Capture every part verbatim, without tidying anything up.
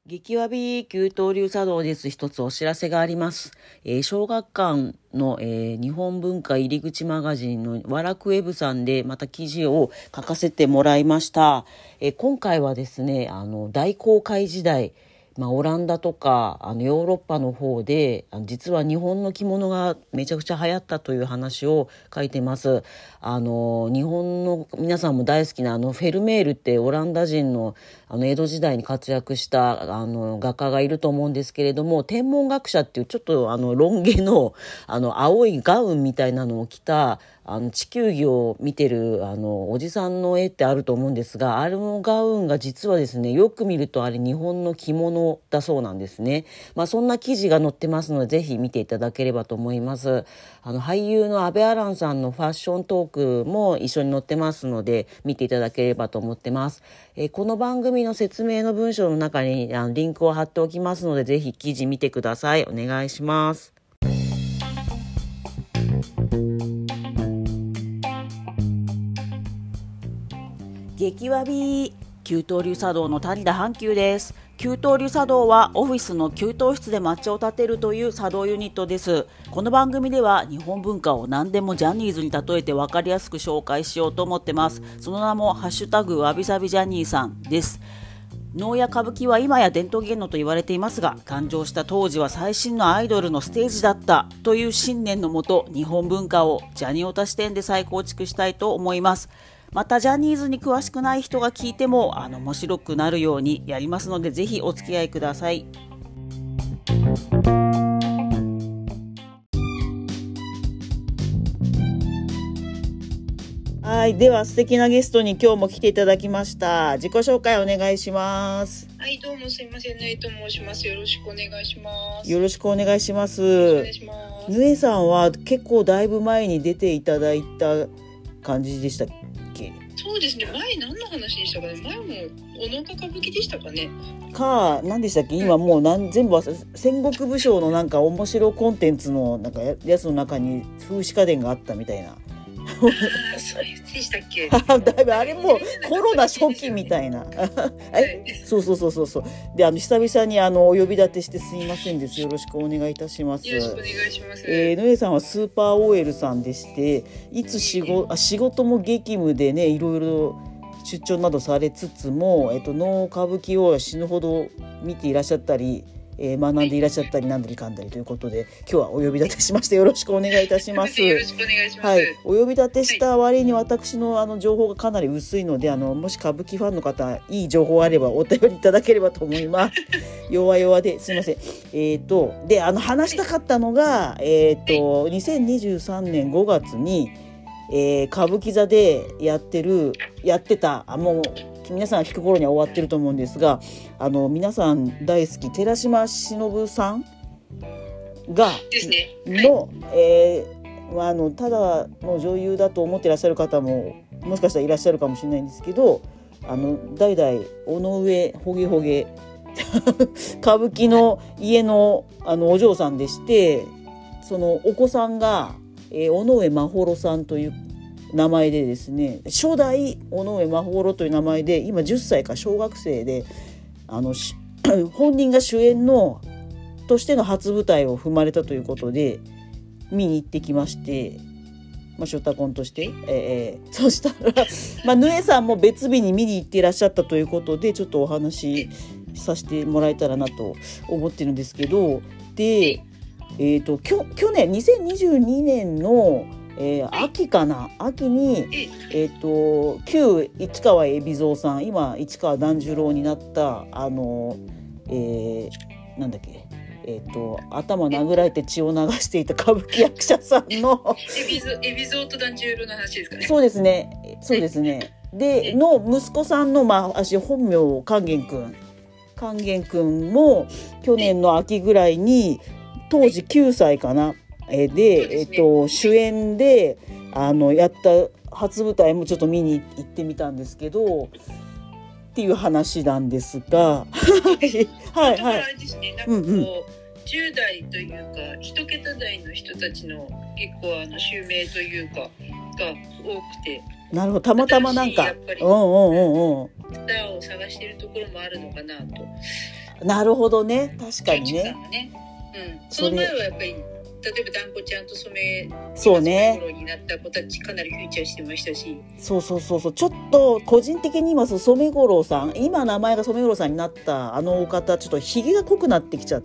激わび給湯流茶道です。一つお知らせがあります。えー、小学館の、えー、日本文化入り口マガジンのワラクウェブさんでまた記事を書かせてもらいました。えー、今回はですね、あの大航海時代、まあ、オランダとかあのヨーロッパの方であの実は日本の着物がめちゃくちゃ流行ったという話を書いてます。あの日本の皆さんも大好きなあのフェルメールってオランダ人の、あの江戸時代に活躍したあの画家がいると思うんですけれども、天文学者っていうちょっとあのロン毛の、あの青いガウンみたいなのを着たあの地球儀を見てるあのおじさんの絵ってあると思うんですが、あのガウンが実はですね、よく見るとあれ日本の着物だそうなんですね。まあ、そんな記事が載ってますのでぜひ見ていただければと思います。あの俳優の阿部アランさんのファッショントークも一緒に載ってますので見ていただければと思ってます。えー、この番組の説明の文章の中にあのリンクを貼っておきますのでぜひ記事見てください。お願いします。激わび給湯流茶道の谷田阪急です。給湯流茶道はオフィスの給湯室で抹茶を立てるという茶道ユニットです。この番組では日本文化を何でもジャニーズに例えて分かりやすく紹介しようと思ってます。その名もハッシュタグわびさびジャニーさんです。能や歌舞伎は今や伝統芸能と言われていますが、誕生した当時は最新のアイドルのステージだったという信念のもと、日本文化をジャニオタ視点で再構築したいと思います。またジャニーズに詳しくない人が聞いてもあの面白くなるようにやりますのでぜひお付き合いください。はい、では素敵なゲストに今日も来ていただきました。自己紹介お願いします。 はい、どうもすいません、ぬえと申します。よろしくお願いします。 よろしくお願いします。 お願いします。 ぬえさんは結構だいぶ前に出ていただいた感じでしたっけ？ そうですね、前何の話でしたかね。前もお能か歌舞伎でしたかね。 か何でしたっけ？今もうなん全部戦国武将のなんか面白コンテンツのなんかやつの中に風刺家電があったみたいな。 ああ、そういうやつでしたっけ。 だいぶあれもうコロナ初期みたいな。え、そうそうそうそうそう。で、あの久々にあのお呼び立てしてすいませんです。よろしくお願いいたします。 よろしくお願いします。 えー、ぬえさんはスーパー オーエル さんでして、いつ仕事あ仕事も激務でね、いろいろ出張などされつつも、えっと能歌舞伎を死ぬほど見ていらっしゃったり。えー、学んでいらっしゃったりなんだりかんだりということで今日はお呼び立てしましてよろしくお願いいたします。 よろしくお願いします。 はい、お呼び立てした割に私のあの情報がかなり薄いので、あのもし歌舞伎ファンの方いい情報あればお便りいただければと思います。弱々ですいません。えっ、ー、とであの話したかったのが、えっ、ー、とにせんにじゅうさんねんごがつに、えー、歌舞伎座でやってるやってたあもう皆さん聞く頃には終わってると思うんですが、あの皆さん大好き寺島しのぶさんがですね、 の、えー、あのただの女優だと思っていらっしゃる方ももしかしたらいらっしゃるかもしれないんですけど、あの代々尾上ほげほげ歌舞伎の家の、あのお嬢さんでして、そのお子さんが、えー、尾上真秀さんという名前でですね、初代尾上真秀という名前で今じゅっさいか小学生で、あの本人が主演のとしての初舞台を踏まれたということで見に行ってきまして、まあ、ショタコンとして、えー、そしたら、まあ、ぬえさんも別日に見に行っていらっしゃったということでちょっとお話しさせてもらえたらなと思ってるんですけど、で、えーと、きょ去年にせんにじゅうにねんのえー、秋かな秋に、えー、と旧市川海老蔵さん、今市川團十郎になったあの、えー、なんだっけ、えー、と頭殴られて血を流していた歌舞伎役者さんの海老蔵と團十郎の話ですかね。 そうですねそうですねでの息子さんの、まあ、私本名勸玄くん勸玄くんも去年の秋ぐらいに当時きゅうさいかなで、えっと、主演であのやった初舞台もちょっと見に行ってみたんですけどっていう話なんですがはいはいあれですね、なんかこう、うんうん、じゅう代というか一桁台の人たちの結構あの襲名というかが多くて、 なるほど、たまたまなんかやっぱりうんうんうんうんスターを探しているところもあるのかなとなるほどね、確かにジョンジさんね。 がね、うん、その前はやっぱり例えばダンコちゃんと染めそうね、 頃になった子たちかなりフィーチャーしてましたし、 そうそうそうそう、ちょっと個人的に今その染五郎さん、今名前が染五郎さんになったあのお方、ちょっとひげが濃くなってきちゃって、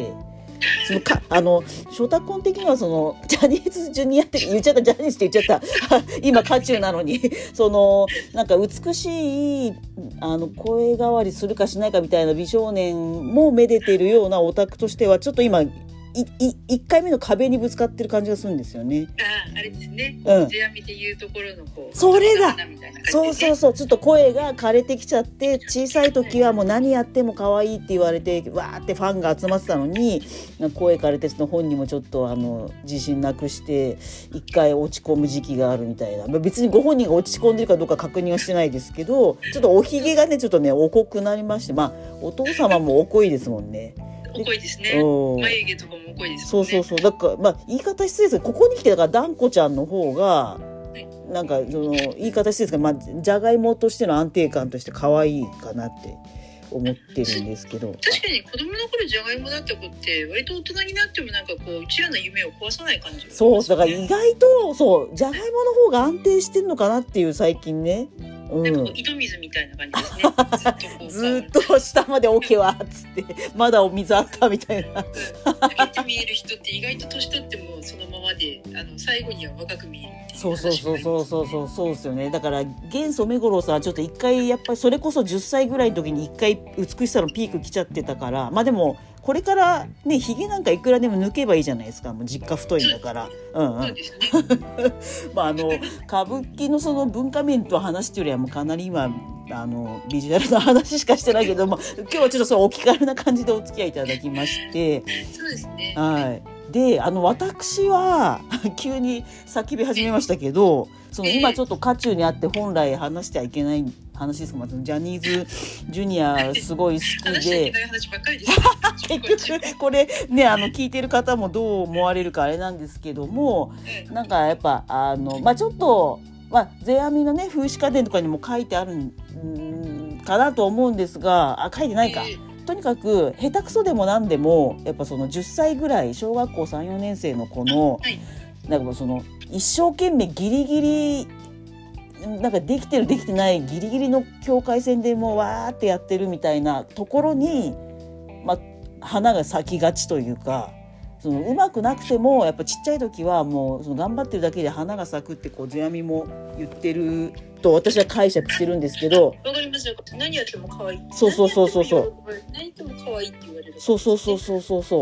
そのかあのショタコン的にはそのジャニーズジュニアって言っちゃった、ジャニーズって言っちゃった今渦中なのにそのなんか美しいあの声変わりするかしないかみたいな美少年もめでてるようなオタクとしてはちょっと今いいっかいめの壁にぶつかってる感じがするんですよね。 ああ、あれですね、 うん、 世阿弥でいうところのこうそれだ、 みたいな感じでね、 そうそうそう、ちょっと声が枯れてきちゃって、小さい時はもう何やっても可愛いって言われてわーってファンが集まってたのに、声枯れてその本人もちょっとあの自信なくして一回落ち込む時期があるみたいな、別にご本人が落ち込んでるかどうか確認はしてないですけど、ちょっとおひげがねちょっとねお濃くなりまして、まあお父様もお濃いですもんね。 お濃いですね。眉毛とかもお濃いですもんね。 そうそうそう、だからまあ言い方失礼ですけど、ここに来てだからダンコちゃんの方がなんかその言い方失礼ですけど、まあじゃがいもとしての安定感として可愛いかなって思ってるんですけど。 確かに子供の頃じゃがいもだった子って割と大人になってもなんかこううちらの夢を壊さない感じが、ね、 そうだから意外とそうじゃがいもの方が安定してるのかなっていう最近ね。うん、 なんかこう井戸水みたいな感じですね。 ずっと下までオケはっつってまだお水あったみたいな。 老けて見える人って意外と年取ってもそのままで、あの最後には若く見えるっていう。 そうそうそうそうそうそうそうですよね。だから現染五郎さんはちょっと一回やっぱりそれこそじゅっさいぐらいの時に一回美しさのピーク来ちゃってたから、まあでもこれからねひげなんかいくらでも抜けばいいじゃないですか。もう実家太いんだから。うんうん。まああの歌舞伎のその文化面と話してよりはもうかなり今あのビジュアルの話しかしてないけども、今日はちょっとそうお気軽な感じでお付き合いいただきまして。 そうですね。 はい。で、あの私は急に叫び始めましたけど、その今ちょっと渦中にあって本来話してはいけない話ですけど、ジャニーズジュニアすごい好きで、結局これねあの聞いてる方もどう思われるかあれなんですけども、なんかやっぱあのまあちょっとまあ世阿弥のね風刺家電とかにも書いてあるんかなと思うんですが、あ書いてないか。とにかく下手くそでもなんでもやっぱそのじゅっさいぐらい小学校 さん,よ 年生の子の、はい、なんかその一生懸命ギリギリなんかできてるできてないギリギリの境界線でもうわーってやってるみたいなところに、まあ、花が咲きがちというか、そのうまくなくてもやっぱちっちゃい時はもうその頑張ってるだけで花が咲くってこう世阿弥も言ってると私は解釈してるんですけど。 わかりますよ。何やっても可愛い。 そうそうそうそうそう。 何やっても可愛いって言われる。 そうそうそうそうそうそう。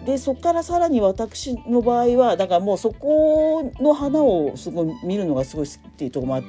でそこからさらに私の場合はだからもうそこの花をすごい見るのがすごい好きっていうところもあって、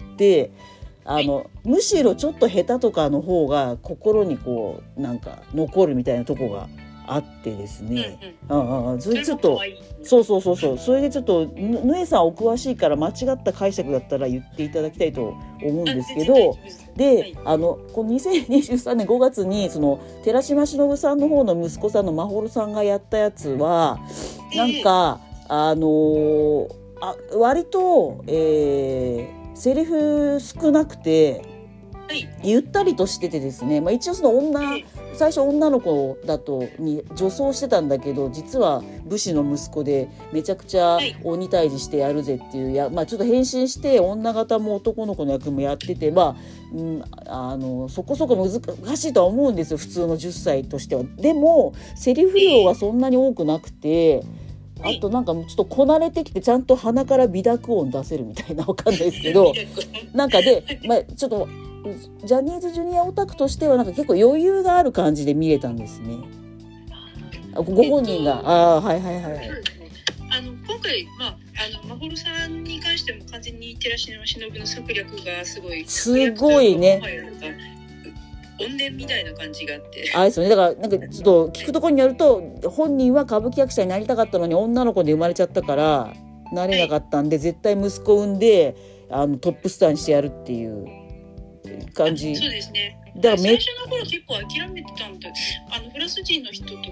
あの、はい、むしろちょっと下手とかの方が心にこうなんか残るみたいなとこがあってですね、うんうん、ああそれちょっとそうそうそうそう、それでちょっとぬえさんお詳しいから間違った解釈だったら言っていただきたいと思うんですけど、で、はい、あのこのにせんにじゅうさんねんごがつにその寺島しのぶさんの方の息子さんのまほろさんがやったやつはなんか、えー、あのー、あ割と、えー、セリフ少なくてゆったりとしててですね、まあ、一応その女最初女の子だとに女装してたんだけど実は武士の息子でめちゃくちゃ鬼退治してやるぜっていうや、まあ、ちょっと変身して女型も男の子の役もやってて、まあうん、あのそこそこ難しいとは思うんですよ普通のじゅっさいとしては。でもセリフ量がそんなに多くなくて、あとなんかちょっとこなれてきてちゃんと鼻から微濁音出せるみたいなわかんないですけどなんかで、まあ、ちょっとジャニーズジュニアオタクとしてはなんか結構余裕がある感じで見れたんですね。ご本人が、えっと、あはいはいはい、 あの今回まああのまほろさんに関しても完全に寺島しのぶの策略がすごいすごいね。 怨念みたいな感じがあってあれですよね。だからなんかちょっと聞くところによると本人は歌舞伎役者になりたかったのに女の子で生まれちゃったからなれなかったんで、はい、絶対息子産んであのトップスターにしてやるっていう感じ。 そうですね。 だから最初の頃結構諦めてたんだ。あのフランス人の人と、まあ、方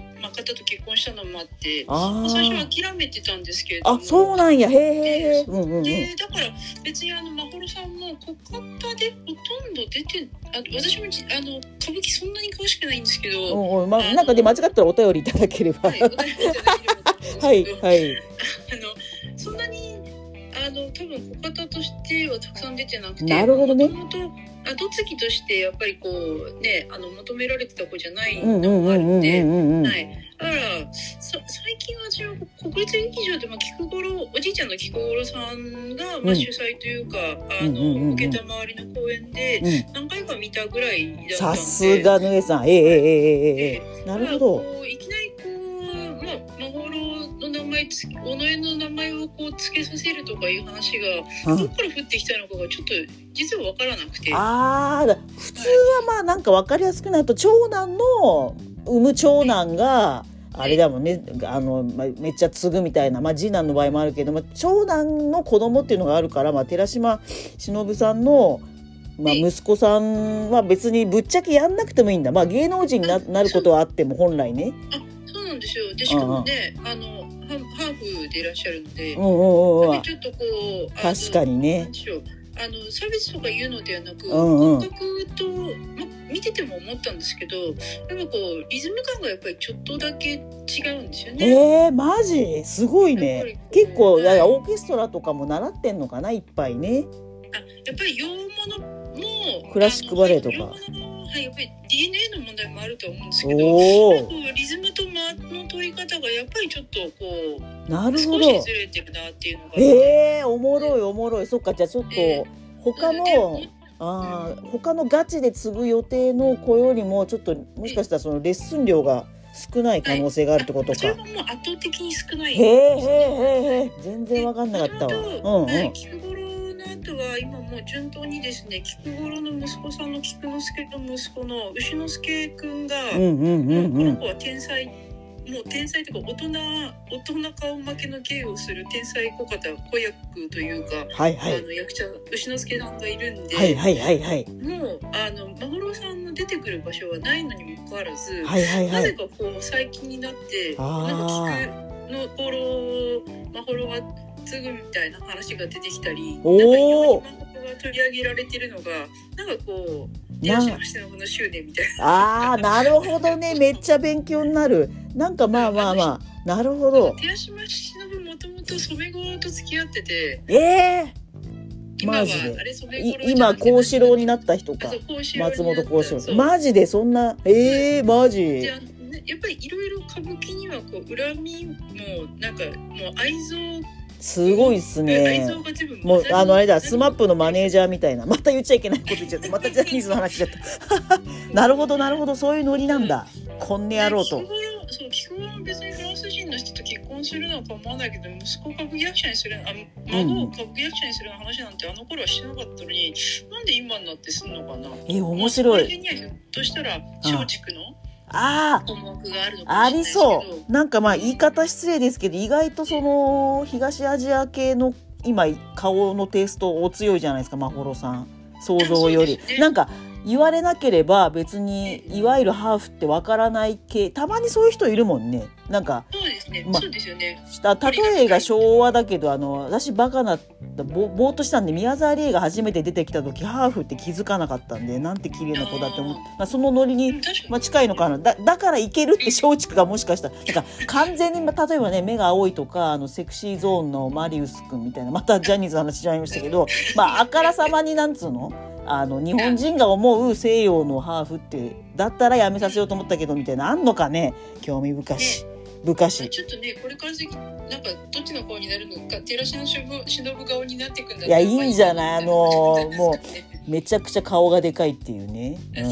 方と結婚したのもあって、 あ最初は諦めてたんですけれども。 あ、そうなんや。へえへえ。うんうんうん。 でだから別にあのまほろさんも小方でほとんど出て、あ私もじあの歌舞伎そんなに詳しくないんですけど、 おうおう、ま、なんかで間違ったらお便りいただければ。 はい、お便りいただければと思うんですけど、 はいはい。 あのそんなにあの多分小方としてはたくさん出てなくて、 なるほどね。 もともと後継ぎとしてやっぱりこうねあの求められてた子じゃないうんうんのがあるんで、 うん。 はい。だからさ最近は私は国立劇場でまあ菊五郎おじいちゃんの菊五郎さんがまあ主催というか、うん、あの受けた周りの公演で何回か見たぐらいだったんで。 さすがぬえさん。ええええええ。なるほど。 こういきなりこうまあまほろの名前つ尾上の名前をこう付けさせるとかいう話がどこから降ってきたのかがちょっと実は分からなくて。 ああ、普通はまあなんか分かりやすくなると長男の産む長男があれだもんね、あの、まあ、めっちゃ継ぐみたいな、まあ、次男の場合もあるけど、まあ、長男の子供っていうのがあるから、まあ、寺島しのぶさんの、まあ、息子さんは別にぶっちゃけやんなくてもいいんだ、まあ、芸能人に な, なることはあっても本来ね。 あそうなんですよ。でしかもね、あのハーフでいらっしゃるので、 うんうんうん、 ちょっとこう確かにね。 なんでしょう、あの差別とか言うのではなく、 うんうん、 感覚と、ま、見てても思ったんですけど、やっぱこうリズム感がやっぱりちょっとだけ違うんですよね。 えー、マジすごいね。結構、はい、いやいやオーケストラとかも習ってんのかないっぱいね。 あやっぱり洋物もクラシックバレエとか。 はい、やっぱり ディーエヌエー の問題もあると思うんですけど、こうリズムと間の取り方がやっぱりちょっとこうなるほど少しずれてるなっていうのが、 えー、おもろいおもろい。そっか、じゃあちょっと、えー、他のあ他のガチで継ぐ予定の子よりもちょっともしかしたらそのレッスン量が少ない可能性があるってことか。 はい、それはもう圧倒的に少ない。 へえへえへえ、全然わかんなかったわ。うんうん。 菊五郎の後は今もう順当にですね、菊五郎の息子さんの菊之助の息子の牛之助くんが、うんうんうんうん、この子は天才、もう天才というか大人大人顔負けの芸をする天才子方子役というか、はいはい、あの役者牛之助さんがいるんで、 はいはいはいはい、 もうあのまほろさんの出てくる場所はないのにもかかわらず、 はいはいはい、 なぜかこう最近になってなんか菊の頃をまほろが継ぐみたいな話が出てきたり、なんかいろいろまほろが取り上げられてるのがなんかこう手足の下のの執念みたいな。 あー、なるほどね。めっちゃ勉強になる。なんかまあまあまあ、なるほど。 手足の忍もともと染五郎と付き合ってて、 ええー、マジで。今幸四郎になった人か。松本幸四郎。マジでそんな、ええー、マジ。 やっぱりいろいろ歌舞伎にはこう恨みもなんかもう愛憎すごいっすね。もうあのあれだ、スマップのマネージャーみたいな、また言っちゃいけないこと言っちゃって、またジャニーズの話しちゃった。なるほどなるほど、そういうノリなんだ。こんねやろうと。 そう、菊五郎別にフランス人の人と結婚するのは構わないけど、息子を歌舞伎役者にする、あ孫を歌舞伎役者にするの話なんてあの頃はしてなかったのに、なんで今になってすんのかな。 え、面白い。 ひょっとしたら松竹の。 ああ、ありそう。なんかまあ言い方失礼ですけど、意外とその東アジア系の今顔のテイストお強いじゃないですか、まほろさん。想像より、ね、なんか言われなければ別にいわゆるハーフってわからない系、たまにそういう人いるもんね。なんかそうですね、ま、そうですよね。 例えが昭和だけど、あの私バカなぼぼーっとしたんで、宮沢りえが初めて出てきた時ハーフって気づかなかったんで、なんて綺麗な子だって思って、まあ、そのノリに、まあ、近いのかな。だ, だからいけるって松竹がもしかしたらなんか完全に、まあ、例えばね目が青いとか、あのセクシーゾーンのマリウス君みたいな、またジャニーズの話しちゃいましたけど、まああからさまになんつうの、あの日本人が思う西洋のハーフってだったらやめさせようと思ったけどみたいな、あんのかね。興味深し、ね、深し。 ちょっとね、これから先なんかどっちの顔になるのか、寺島しのぶ顔になっていくんだったら、いやいいんじゃない。あのー、もうめちゃくちゃ顔がでかいっていうね、うん、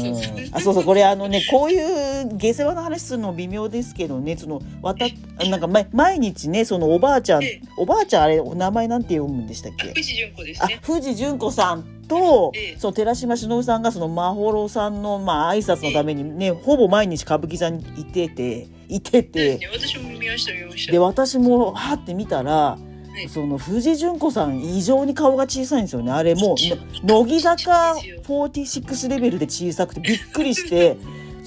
あそうそう、これあのね、こういう下世話の話するの微妙ですけどね、そのわたなんか毎日ね、そのおばあちゃん、おばあちゃんあれお名前なんて読むんでしたっけ。 藤純子ですね。 あ、藤純子さんと、ええ、その寺島しのぶさんがそのまほろさんのまあ挨拶のためにね、ええ、ほぼ毎日歌舞伎座にいてていてて、 ね、私も見ました見ました。 で私もはって見たら、ええ、その藤純子さん異常に顔が小さいんですよね。あれもう乃木坂フォーティーシックスレベルで小さくてびっくりして。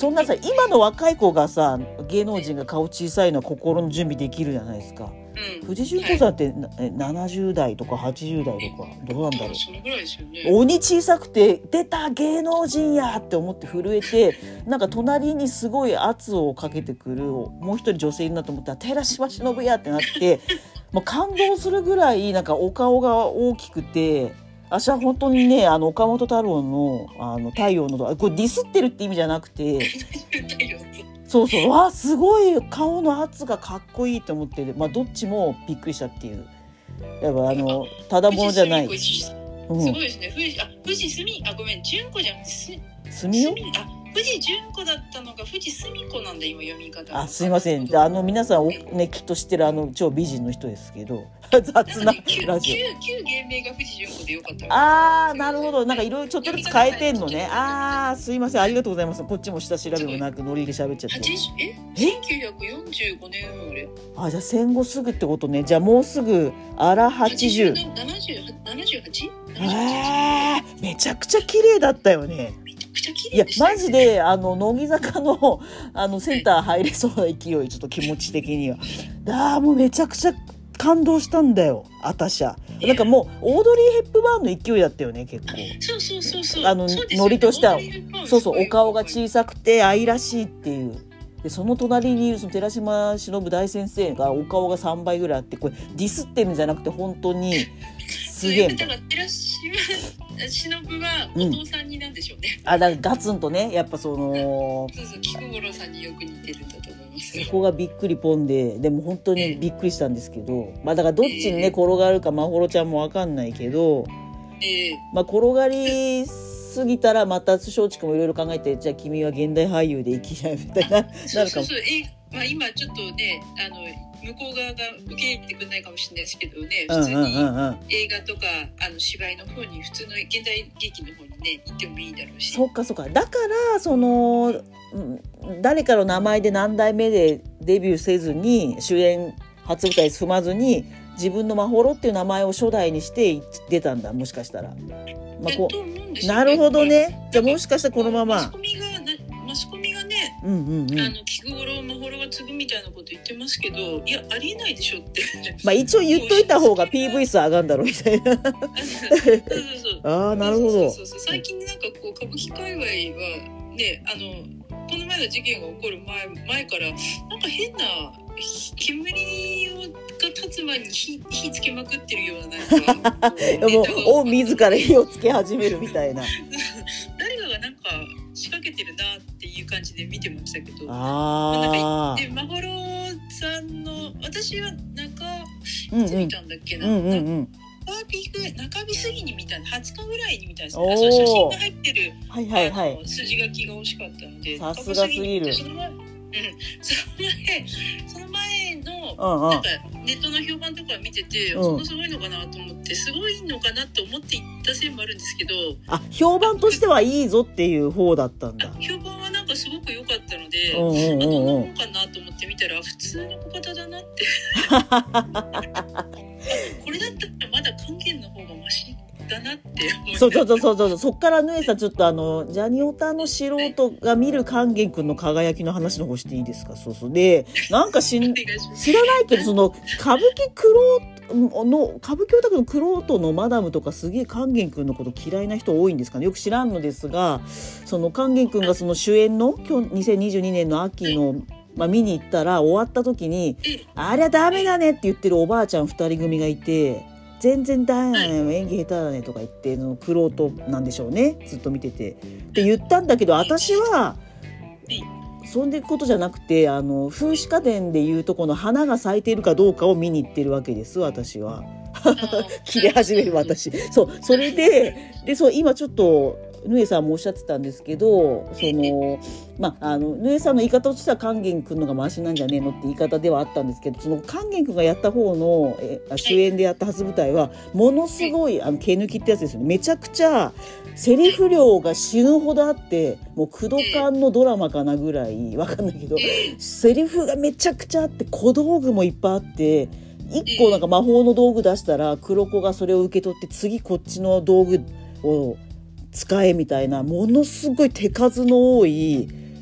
そんなさ今の若い子がさ芸能人が顔小さいのは心の準備できるじゃないですか。うん、藤純子さんって、はい、ななじゅう代とかはちじゅう代とかどうなんだろう。 そのぐらいですよね。 鬼小さくて出た芸能人やって思って震えてなんか隣にすごい圧をかけてくるもう一人女性いるなと思ったら寺島しのぶやってなってもう感動するぐらいなんかお顔が大きくて私は本当にねあの岡本太郎のあの太陽のこれディスってるって意味じゃなくてそうそうわすごい顔の圧がかっこいいと思って、まあ、どっちもびっくりしたっていうやっぱあのただものじゃない、うん、すごいですね。藤あ藤澄あごめん純子じゃんす澄よあ藤純子だったのが藤澄子なんだ今読み方。 あすいませんあの皆さんねきっと知ってるあの超美人の人ですけど雑なラジオ。 旧芸名が藤純子でよかった。 ああなるほどなんかいろいろちょっとずつ変えてんのね。ああすいませんありがとうございます。こっちも下調べもなくノリで喋っちゃって。 えせんきゅうひゃくよんじゅうごねん生まれ。 あじゃあ戦後すぐってことね。じゃあもうすぐあらはちじゅう。 ななじゅうはち？ えー、めちゃくちゃ綺麗だったよね。いやマジであの乃木坂のあのセンター入れそうな勢いちょっと気持ち的にはあもうめちゃくちゃ感動したんだよあたしゃ。なんかもうオードリー・ヘップバーンの勢いだったよね結構。 そうそうそうそうあのノリとしてはそうそうお顔が小さくて愛らしいっていうでその隣にいるその寺島しのぶ大先生がお顔がさんばいぐらいあってこれディスってるんじゃなくて本当にすげえみたいな。 寺島しのぶはお父さんになんでしょうね、 うん、あだからガツンとねやっぱそのそうそう菊五郎さんによく似てるんだと思いますよ。 そこがびっくりポンででも本当にびっくりしたんですけど、まあだからどっちにね、えー、転がるかまほろちゃんも分かんないけど、えー、まあ転がり過ぎたらまた松竹もいろいろ考えてじゃあ君は現代俳優で生きないみたいななるかも。 そうそうそう、えまあ、今ちょっとねあの向こう側が受け入れてくれないかもしれないですけどね普通に映画とかあの芝居の方に普通の現代劇の方にね行ってもいいだろうし。 そうかそうかだからその誰かの名前で何代目でデビューせずに主演初舞台踏まずに自分のまほろっていう名前を初代にして出たんだもしかしたら、まあこうね、なるほどね。じゃあもしかしたらこのままマスコミがマスコミがね、 うんうんうん、 あの菊五郎まほろが継ぐみたいなこと言ってますけどいやありえないでしょってまあ一応言っといた方が ピーブイ 数上がるんだろうみたいなそうそうそうああなるほど。 そうそうそう最近なんかこう歌舞伎界隈はねあのこの前の事件が起こる前前からなんか変な煙が立つ前に 火, 火つけまくってるようななんかもうお自ら火をつけ始めるみたいな誰かがなんか仕掛けてるなっていう感じで見てましたけどあなんかでまほろさんの私は中いつ見たんだっけな、うんうんうんうん中日中日過ぎに見たはつかぐらいに見たんですよ。あその写真が入ってる、 はいはいはい、 あの筋書きが惜しかったのでさすがすぎる。 その前、うん、その前その前の、うんうん、なんかネットの評判とか見てて、うん、そんなすごいのかなと思ってすごいのかなと思っていったせいもあるんですけどあ評判としてはいいぞっていう方だったんだ。 評判はなんかすごく良かったので、うんうんうんうん、あどんなもんかなと思って見たら普通の小型だなってこれだったらまだ還元の方がマシだなって思ってそうそうそうそうそうそっからぬえさんちょっとあのジャニオタの素人が見る還元くんの輝きの話の方していいですか。そうそうでなんかしん知らないけどその歌舞伎クロの歌舞伎オタクのクロートのマダムとかすげえ還元くんのこと嫌いな人多いんですかね。よく知らんのですがその還元くんがその主演の今日にせんにじゅうにねんの秋のまあ、見に行ったら終わった時にありゃダメだねって言ってるおばあちゃんふたり組がいて全然ダメだね演技下手だねとか言ってのクロートなんでしょうねずっと見ててって言ったんだけど私はそんなことじゃなくてあの風刺家電でいうとこの花が咲いているかどうかを見に行ってるわけです私は切れ始める私そうそれででそう今ちょっとぬえさんもおっしゃってたんですけどそのまああのぬえさんの言い方としては還元くんのがマシなんじゃねえのって言い方ではあったんですけどその還元くんがやった方のえ主演でやった初舞台はものすごいあの毛抜きってやつですよね。めちゃくちゃセリフ量が死ぬほどあってもうクドカンのドラマかなぐらいわかんないけどセリフがめちゃくちゃあって小道具もいっぱいあって一個なんか魔法の道具出したら黒子がそれを受け取って次こっちの道具を使えみたいなものすごい手数の多い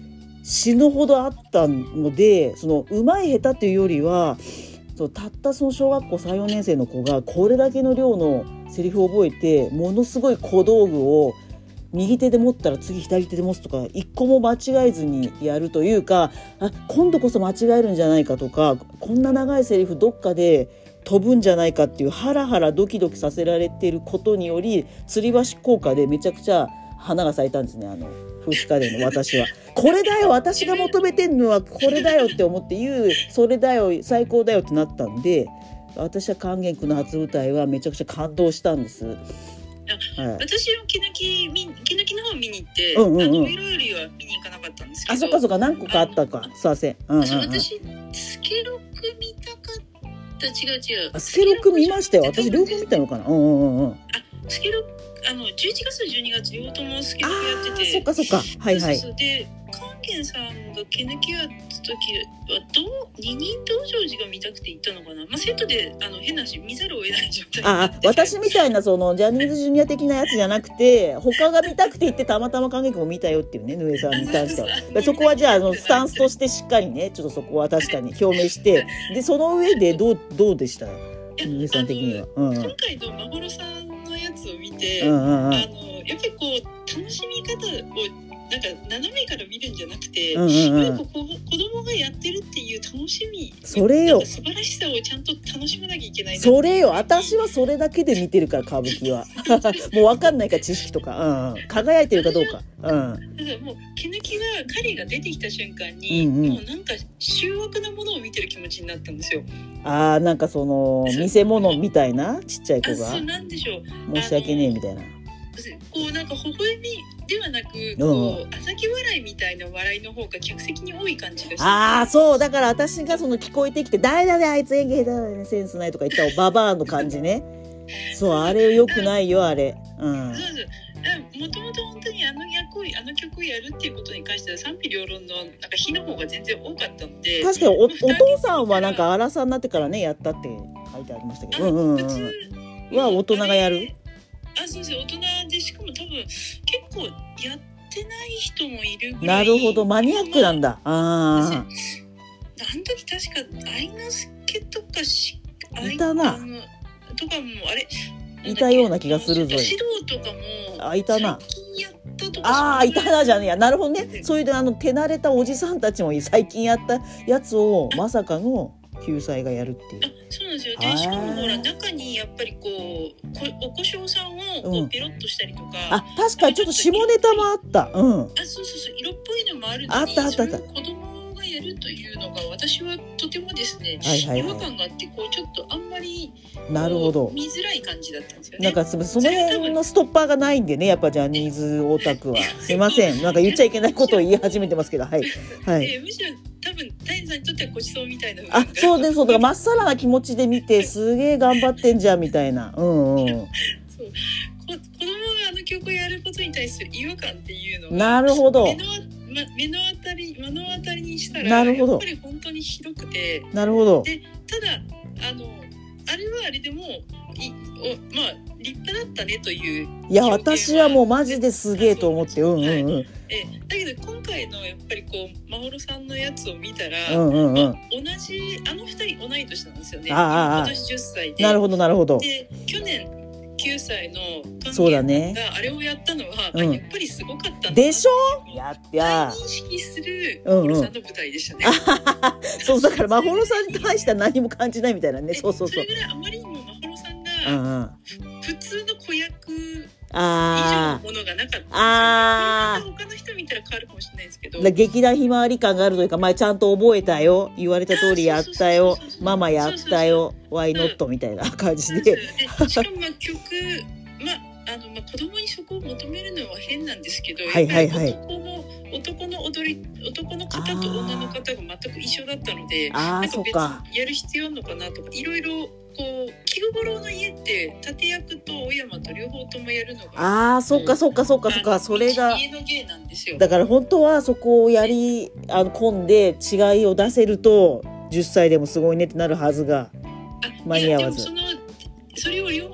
死ぬほどあったので、そのうまい下手っていうよりは、そうたったその小学校さん、よねん生の子がこれだけの量のセリフを覚えて、ものすごい小道具を右手で持ったら次左手で持つとか、一個も間違えずにやるというか、あ、今度こそ間違えるんじゃないかとか、こんな長いセリフどっかで飛ぶんじゃないかっていうハラハラドキドキさせられていることにより、吊り橋効果でめちゃくちゃ花が咲いたんですね。あの風刺家電の私はこれだよ、私が求めてんのはこれだよって思って言う、それだよ、最高だよってなったんで、私は勸玄君の初舞台はめちゃくちゃ感動したんです。 はい、私も毛抜き毛抜きの方見に行って、 うんうんうん、 あのメロよりは見に行かなかったんですけど、 あ、そっかそっか、何個かあったか、すいません、うんうんうん、 私スケロク見たかった、違う違う、 あ、スケロク見ましたよ、私両方見たのかな、うんうんうん、 あ、スケロク、あのじゅういちがつとじゅうにがつ両方ともスケロクやってて、 そっかそっか、はいはい、 そうそう、で勸玄さんが毛抜きやった時はどう二人道成寺が見たくて行ったのかな、まあ、セットであの変な話見ざるを得ない状態。 あ、私みたいなそのジャニーズジュニア的なやつじゃなくて、他が見たくて行ってたまたま勸玄君も見たよっていうね、ぬえさんに関してはそこはじゃあ、あのスタンスとしてしっかりね、ちょっとそこは確かに表明して、でその上でどうどうでしたぬえさん的には、うんうん、 今回のまほろさんのやつを見て、 うんうんうん、あのやっぱりこう楽しみ方をなんか斜めから見るんじゃなくて、 うんうんうん、 ここ子供がやってるっていう楽しみ、 それよ、 素晴らしさをちゃんと楽しまなきゃいけないな。 それよ、私はそれだけで見てるから、歌舞伎はもう分かんないから、知識とか、うん、輝いてるかどうか、うん、だからもう毛抜きが彼が出てきた瞬間に、うんうん、もうなんか醜悪なものを見てる気持ちになったんですよ。 あー、なんかその見せ物みたいな、ちっちゃい子が、 そうなんでしょう、 申し訳ねえみたいな、 こうなんか微笑みではなく、こうあざき笑いみたいな笑いの方が客席に多い感じがして、 ああ、そう、だから私がその聞こえてきて、誰だねあいつ演技下手だね、センスないとか言ったババアの感じねそう、あれよくないよ、あれ、うん、そうそう、もともと本当にあの役をあの曲をやるっていうことに関しては賛否両論のなんか日の方が全然多かったので、 確かに お, お父さんはなんか荒さになってからねやったって書いてありましたけど、うんうんうん、普通は大人がやる、 あ、そうです、大人で、しかも多分結構やってない人もいるぐらい、なるほど、マニアックなんだ、ああ、 あの時確か愛之助とかしいたな、 あのとかもあれいたような気がするぞ、 指導とかもあ、いたな、 最近やったとか、 ああ、いたなじゃねえや、なるほどね、そういうあの手慣れたおじさんたちも最近やったやつをまさかの救済がやるっていう。 あ、そうなんですよ。でしかもほら中にやっぱりこうこおこしょうさんをこうペロッとしたりとか、うん、 あ、確かにちょっと下ネタもあった、うん、 あ、そうそうそう、色っぽいのもあるのに、 あったあったあった、 それを子供がやるというのが私はとてもですね、 はいはいはい、 違和感があって、こうちょっとあんまりなるほど見づらい感じだったんですよね。 なんかその辺のストッパーがないんでね、やっぱジャニーズオタクはすいません、なんか言っちゃいけないことを言い始めてますけど、はいはい、 えー、むしろ多分谷さんにとってはごちそうみたいな、 あ、そうです、そうだからまっさらな気持ちで見てすげえ頑張ってんじゃんみたいな、うんうん、そう、 子供があの曲をやることに対する違和感っていうのは、 なるほど、 目の、ま、目の当たり目の当たりにしたら、 なるほど、 やっぱり本当にひどくて、 なるほど、 でただあのあれはあれでもいお、まあ立派だったねという、 いや私はもうマジですげえと思って、うんうんうん、はい、 えだけど今回のやっぱりこうまほろさんのやつを見たら、 うんうんうん、まあ、 同じあのふたり同い年なんですよね。 ああ、 今年じゅっさいで、 なるほどなるほど、 で去年きゅうさいのそうだねがあれをやったのは、 うん、 やっぱりすごかったんだでしょ、やっや認識するまほろさんの舞台でしたね、 うんうん、そうだからまほろさんに対しては何も感じないみたいなね、そうそうそう、 それぐらいあまりにもまほろさんが、 うんうん、 普通の子役以上あのものがなかったんですよね。 あ他の人見たら変わるかもしれないですけど、 劇団ひまわり感があるというか、前ちゃんと覚えたよ、言われた通りやったよ、ママやったよ、ワイノットみたいな感じで、 でしかもまあ曲、まああのまあ子供にそこを求めるのは変なんですけど、 はいはいはい、 男の男の踊り男の方と女の方が全く一緒だったので、 あ、 なんか別そっか、 にやる必要あるのかなとか、いろいろこう菊五郎の家って立役と小山と両方ともやるのが、 ああ、そっかそっかそっかそっか、それが家の芸なんですよ。 だから本当はそこをやりあの込んで違いを出せるとじゅっさいでもすごいねってなるはずが間に合わず、 そのそれを両方ともや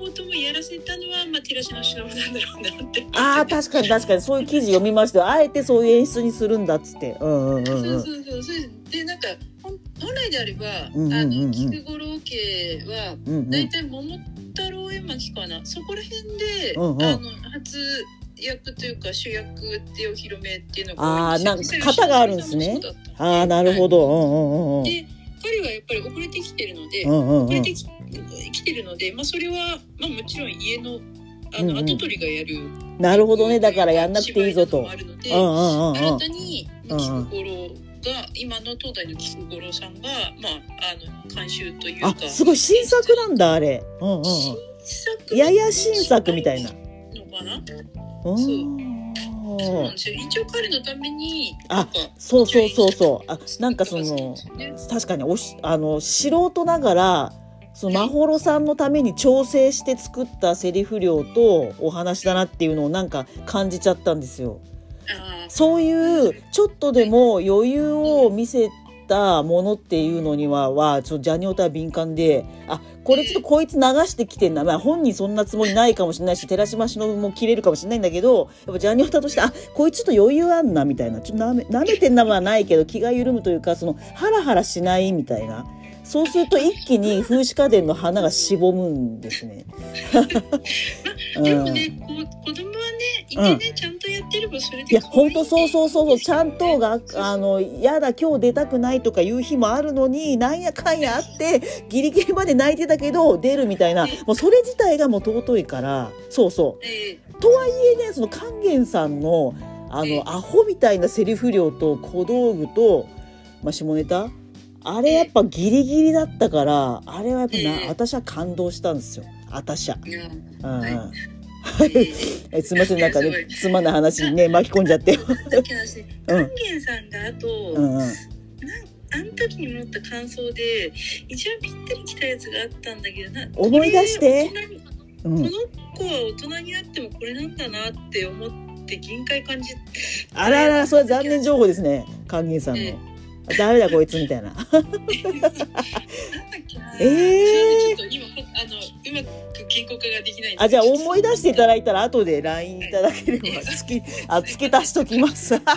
やらせたのは、まあ、寺島しのぶなんだろうなって思って。 ああ、確かに確かにそういう記事読みましたよ。あえてそういう演出にするんだっつって。うんうんうんうん。 そうそうそう。それでなんか本来であれば、 うんうんうんうん、 あの菊五郎家はだいたい桃太郎絵巻かな、そこら辺で、うんうん、あの初役というか主役ってお披露目っていうのが多いんですよ。 ああ、なんか型があるんですね。ああ、なるほど。はい、うんうんうん。 で彼はやっぱり遅れてきてるので、 うんうんうん、 遅れてき来てるので、まあ、それは、まあ、もちろん家の、あの、うんうん、後取りがやる。 なるほどね。だからやんなくていいぞと。 あるので、うんうんうん、新たに菊五郎が、今の東大の菊五郎さんが、まあ、あの監修というか。 あ、すごい新作なんだあれ。うんうんうん、新作。やや新作みたいな。 のかな。 そう。 そうなんですよ。一応彼のためにあ、そうそうそうそうあなんかその、ね、確かにおしあの素人ながらそのまほろさんのために調整して作ったセリフ量とお話だなっていうのをなんか感じちゃったんですよ。そういうちょっとでも余裕を見せたものっていうのにははちょっとジャニオタは敏感で、あこれちょっとこいつ流してきてんな、まあ、本人そんなつもりないかもしれないし寺島しのぶも切れるかもしれないんだけど、やっぱジャニオタとしてあこいつちょっと余裕あんなみたいな、ちょっとなめ舐めてんなはないけど気が緩むというか、そのハラハラしないみたいな、そうすると一気に風刺家電の花がしぼむんですね。 まあ、でもね、こう子供はねいてね、うん、ちゃんとやってればそれでいい。いや本当そうそうそうそうちゃんとがあのやだ今日出たくないとかいう日もあるのになんやかんやあってギリギリまで泣いてたけど出るみたいな、もうそれ自体がもう尊いから、そうそう。えー、とはいえねその勸玄さんのあの、えー、アホみたいなセリフ量と小道具と、まあ、下ネタあれやっぱギリギリだったから、あれはやっぱな、えー、私は感動したんですよ。私は。うん。はいえすみませんなんかねつまんない話にね巻き込んじゃって。 勸玄さんがあと、うんうん、あの時に持った感想で一番ぴったりきたやつがあったんだけどな、 思い出して、 うん、この子は大人になってもこれなんだなって思って限界感じ。 あららそれは残念情報ですね勸玄さんの。えーダメだこいつみたいな。なんだっけな。ええー。ちょっと今あのうまく言語化ができないんですけど。 あじゃあ思い出していただいたら後で ライン いただければ付きあ付け足しときます。はい、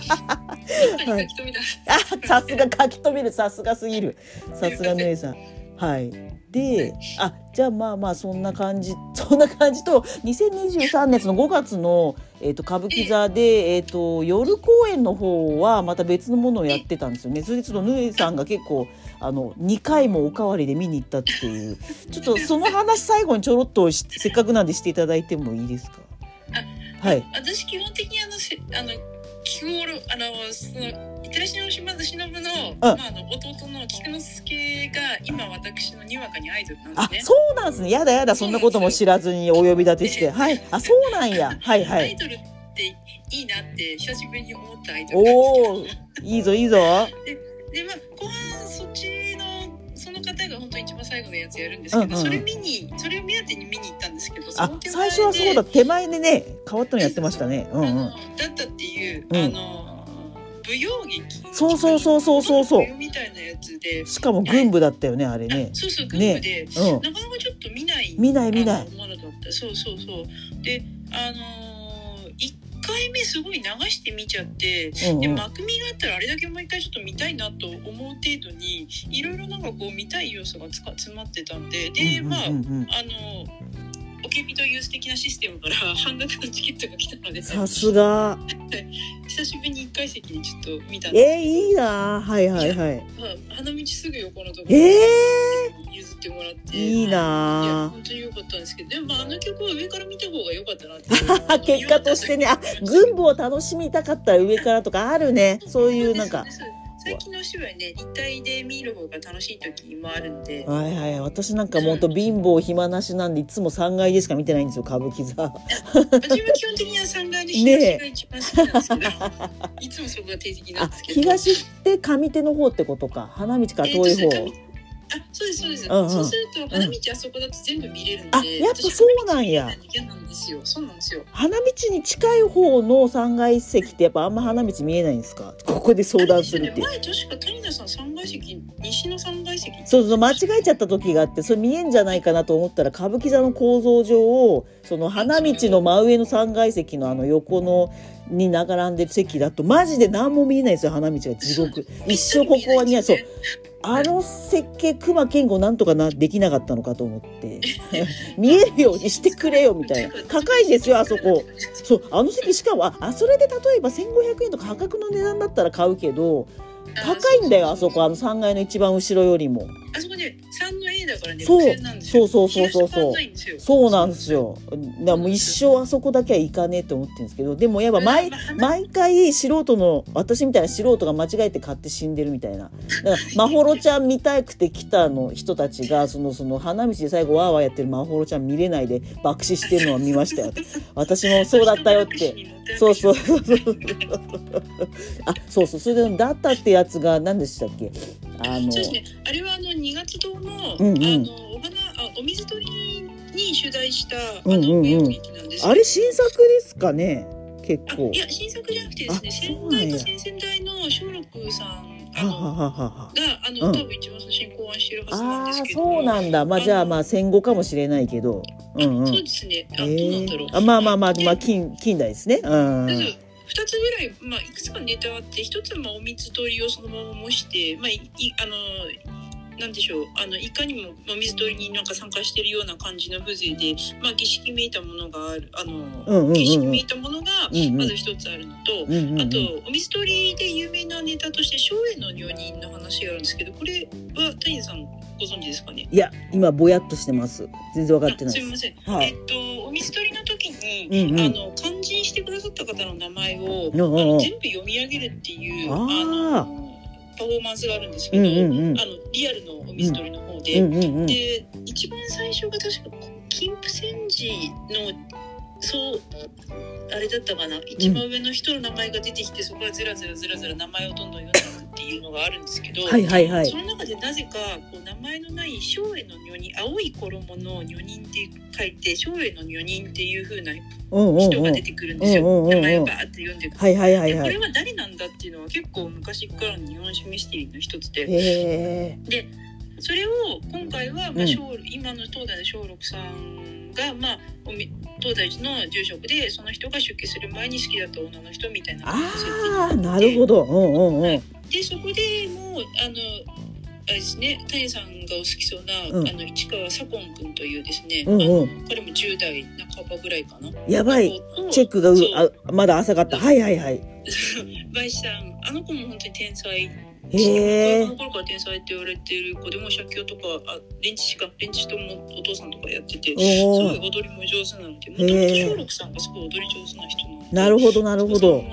あさすが書き留めるさすがすぎるさすが姉さん。はいであじゃあまあまあそんな感じそんな感じとにせんにじゅうさんねんのごがつの、えー、と歌舞伎座で、えー、と夜公演の方はまた別のものをやってたんですよね。それでちょっとヌエさんが結構あのにかいもおかわりで見に行ったっていうちょっとその話最後にちょろっとせっかくなんでしていただいてもいいですか。はい。 私基本的にあのあの菊五郎あのその寺島しのぶの、まあ、あの弟の菊之助が今私のにわかにアイドルなんですね。 あそうなんですね。やだやだそんなことも知らずにお呼び立てしてはいあそうなんやはいはい。 アイドルっていいなって久しぶりに思ったアイドルなんですけど。おいいぞいいぞ。 ででまあ後半そっちのその方が本当一番最後のやつやるんですけど、うんうん、それ見にそれを目当てに見に行ったんですけど、 あ最初はそうだ手前でね変わったのやってましたね。うんうん、 だったっていう、うん、あの舞踊劇そうそうそうそうそうそうみたいなやつで、 しかも軍部だったよねあれね。 そうそう軍部で、ねうん、なかなかちょっと見ない見ない見ないものだった。そうそうそうであのー、いっかいめすごい流して見ちゃって、うんうん、で幕見があったらあれだけもう一回ちょっと見たいなと思う程度にいろいろなんかこう見たい要素がつか詰まってたんでで、うんうんうんうん、まああのオケビという素敵なシステムから半額のチケットが来たのでさすが久しぶりにいっかい席にちょっと見たんですけど、 えー、いいなはいはいはい、 まあ、花道すぐ横のところで譲ってもらって、 いいな、 いや本当に良かったんですけど、でも、まあ、あの曲は上から見た方が良かったなって結果としてね、あ軍部を楽しみたかったら上からとかあるね、そういうなんか最近のお芝居ね立体で見る方が楽しい時もあるんで、 はいはい、私なんかもっと貧乏暇なしなんでいつもさんがいでしか見てないんですよ歌舞伎座。 私は基本的にはさんがいで東が一番好きなんですけど、ね、いつもそこが定石なんですけど、 東って上手の方ってことか、花道から遠い方、 えー、 あ、そうですそうです、 うんうん、 そうすると花道あそこだと全部見れるので、 あ、やっぱそうなんや。 嫌なんですよ。そうなんですよ。 花道に近い方のさんがい席ってやっぱあんま花道見えないんですか？ここで相談するって。 ね、前確か谷田さんさんがい席、西のさんがい席、 そうそう、間違えちゃった時があって、それ見えんじゃないかなと思ったら、歌舞伎座の構造上その花道の真上のさんがい席のあの横のに並んでる席だとマジで何も見えないですよ。花道が地獄。一生ここは似合いそう。あの設計熊健吾なんとかなできなかったのかと思って見えるようにしてくれよみたいな。高いですよあそこ。そうあの席しかもああそれで例えばせんごひゃくえんとか破格の値段だったら買うけど、高いんだよあそこ。あのさんがいの一番後ろよりも。 あそこねさんの エー だからね。 そうなんですよ。 そうそうそうそうそうなんですよ。だからもう一生あそこだけは行かねえと思ってるんですけど、でもやっぱ毎毎回素人の私みたいな素人が間違えて買って死んでるみたいな。だからまほろちゃん見たくて来たの人たちがそのその花道で最後ワーワーやってるまほろちゃん見れないで爆死してるのは見ましたよ。私もそうだったよって。そうそうそうそうあそうそう、それでだったってやつが何でしたっけ？ あのそうですね、あれはあのにがつ堂の、 うんうん、 あのお花あお水取りに取材したあの舞踊劇なんですけど、 あれ新作ですかね？結構いや新作じゃなくてですね、先代か先々代の松緑さんあのははははがあの、うん、多分一番最初に考案してるはずなんですけど、 あそうなんだ。まあじゃあまあ戦後かもしれないけど、 うんうん、そうですね。あ、どうなんだろう。 あまあまあまあまあ近近代ですね。うん。 ふたつぐらい、まあ、いくつかネタあってひとつはまあお水取りをそのまま模して、まあ、いあのなんでしょうあのいかにも、まあ、水取りになんか参加しているような感じの風情で、まあ、儀式めいたものがあるあの、うんうんうん、儀式めいたものがまず一つあるのと、うんうんうん、あとお水取りで有名なネタとして松栄の女人の話があるんですけど、これは谷田さんご存知ですかね？ いや今ぼやっとしてます。全然分かってないです。 すみません、 はい、 えっとお水取りの時に、うんうん、あの漢字してくださった方の名前を、うんうん、あの全部読み上げるっていうあのパフォーマンスがあるんですけど、うんうんうん、あのリアルのお水取りの方で、うんうんうん、で一番最初が確か金峰山寺のそうあれだったかな、一番上の人の名前が出てきて、そこからずらずらずらずら名前をどんどん読んでいくっていうのがあるんですけど、はいはいはい、その中でなぜかこう名前のない松栄の女人、青い衣の女人って書いて松栄の女人っていう風な人が出てくるんですよ、うんうんうん、名前をバーって読んでいく、はいはいはいはい、これは誰なんだっていうのは結構昔からの日本史ミステリーの一つで、へー、でそれを今回は、まあ、うん、今の東大の松緑さんが、まあ、東大寺の住職でその人が出家する前に好きだった女の人みたいな感じで、 ああなるほど、うんうんうん、 でそこでもうあのあれですね、谷さんがお好きそうな、うん、あの市川左近君というですね、うんうん、あの彼もじゅう代半ばぐらいかな、 やばいチェックがあまだ浅かった、はいはいはい梅さん、あの子も本当に天才、 へー、 子供の頃から天才って言われている子でも写経とかあレンチかレンチともお父さんとかやっててすごい踊りも上手なので、もともと松緑さんがすごい踊り上手な人なので、 なるほどなるほど、はい、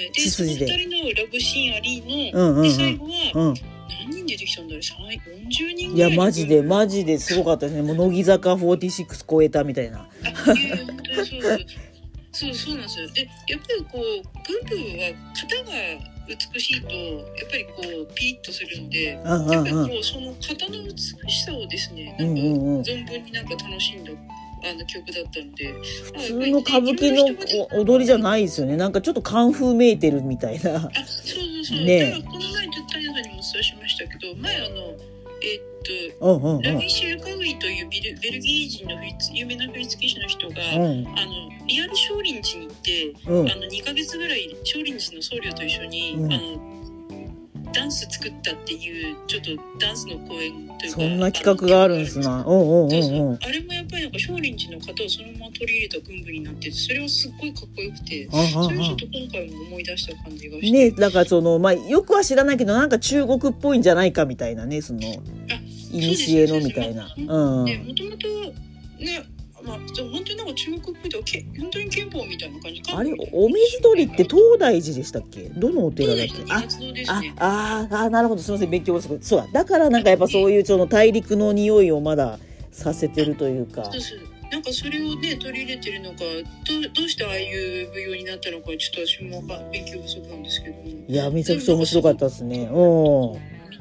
でそのふたりのラブシーンありの、うんうんうん、で最後は、うん、何人出てきたんだろう、よんじゅうにんぐらい、 いやマジでマジですごかったですね。もう乃木坂フォーティシックス超えたみたいな。 あいや本当にそうそうそうなんですよ。でやっぱりこう群舞は型が美しいとやっぱりこうピリッとするんで、あああやっぱりこうその型の美しさをですね、なんか存分になんか楽しんだあの曲だったので、 普通の歌舞伎の踊りじゃないですよね。なんかちょっとカンフーめいてるみたいな。あ、そうそうそう。ね、だからこの前ちょっと谷さんにもお伝えしましたけど、前あのえー、っと、うんうんうん、ラビッシュ・ルカウイというベル、ベルギー人の有名な振付師の人が、うん、あのリアル少林寺に行って、うん、あのにかげつぐらい少林寺の僧侶と一緒に、うん、あのダンス作ったっていうちょっとダンスの公演というか、 そんな企画があるんですな。おうおうおうおう、 そうそうあれもやっぱりなんか少林寺の方をそのまま取り入れた群舞になってて、それはすっごいかっこよくて、あははそれをちょっと今回も思い出した感じがしてね、 だからそのまあよくは知らないけどなんか中国っぽいんじゃないかみたいなね、そのいにしえのみたいな、 うん、ね、もともとね、まあ、本当になんか中国っぽいとけ本当に憲法みたいな感じか。 あれお水取りって東大寺でしたっけ？どのお寺だっけ？ あああなるほど、すみません勉強不足。そうだ、だからなんかやっぱそういうその大陸の匂いをまださせてるというか。 そうそうなんかそれをね取り入れてるのか ど, どうしてああいう舞踊になったのかちょっと私も勉強不足なんですけども、 いやめちゃくちゃ面白かったですね。うん。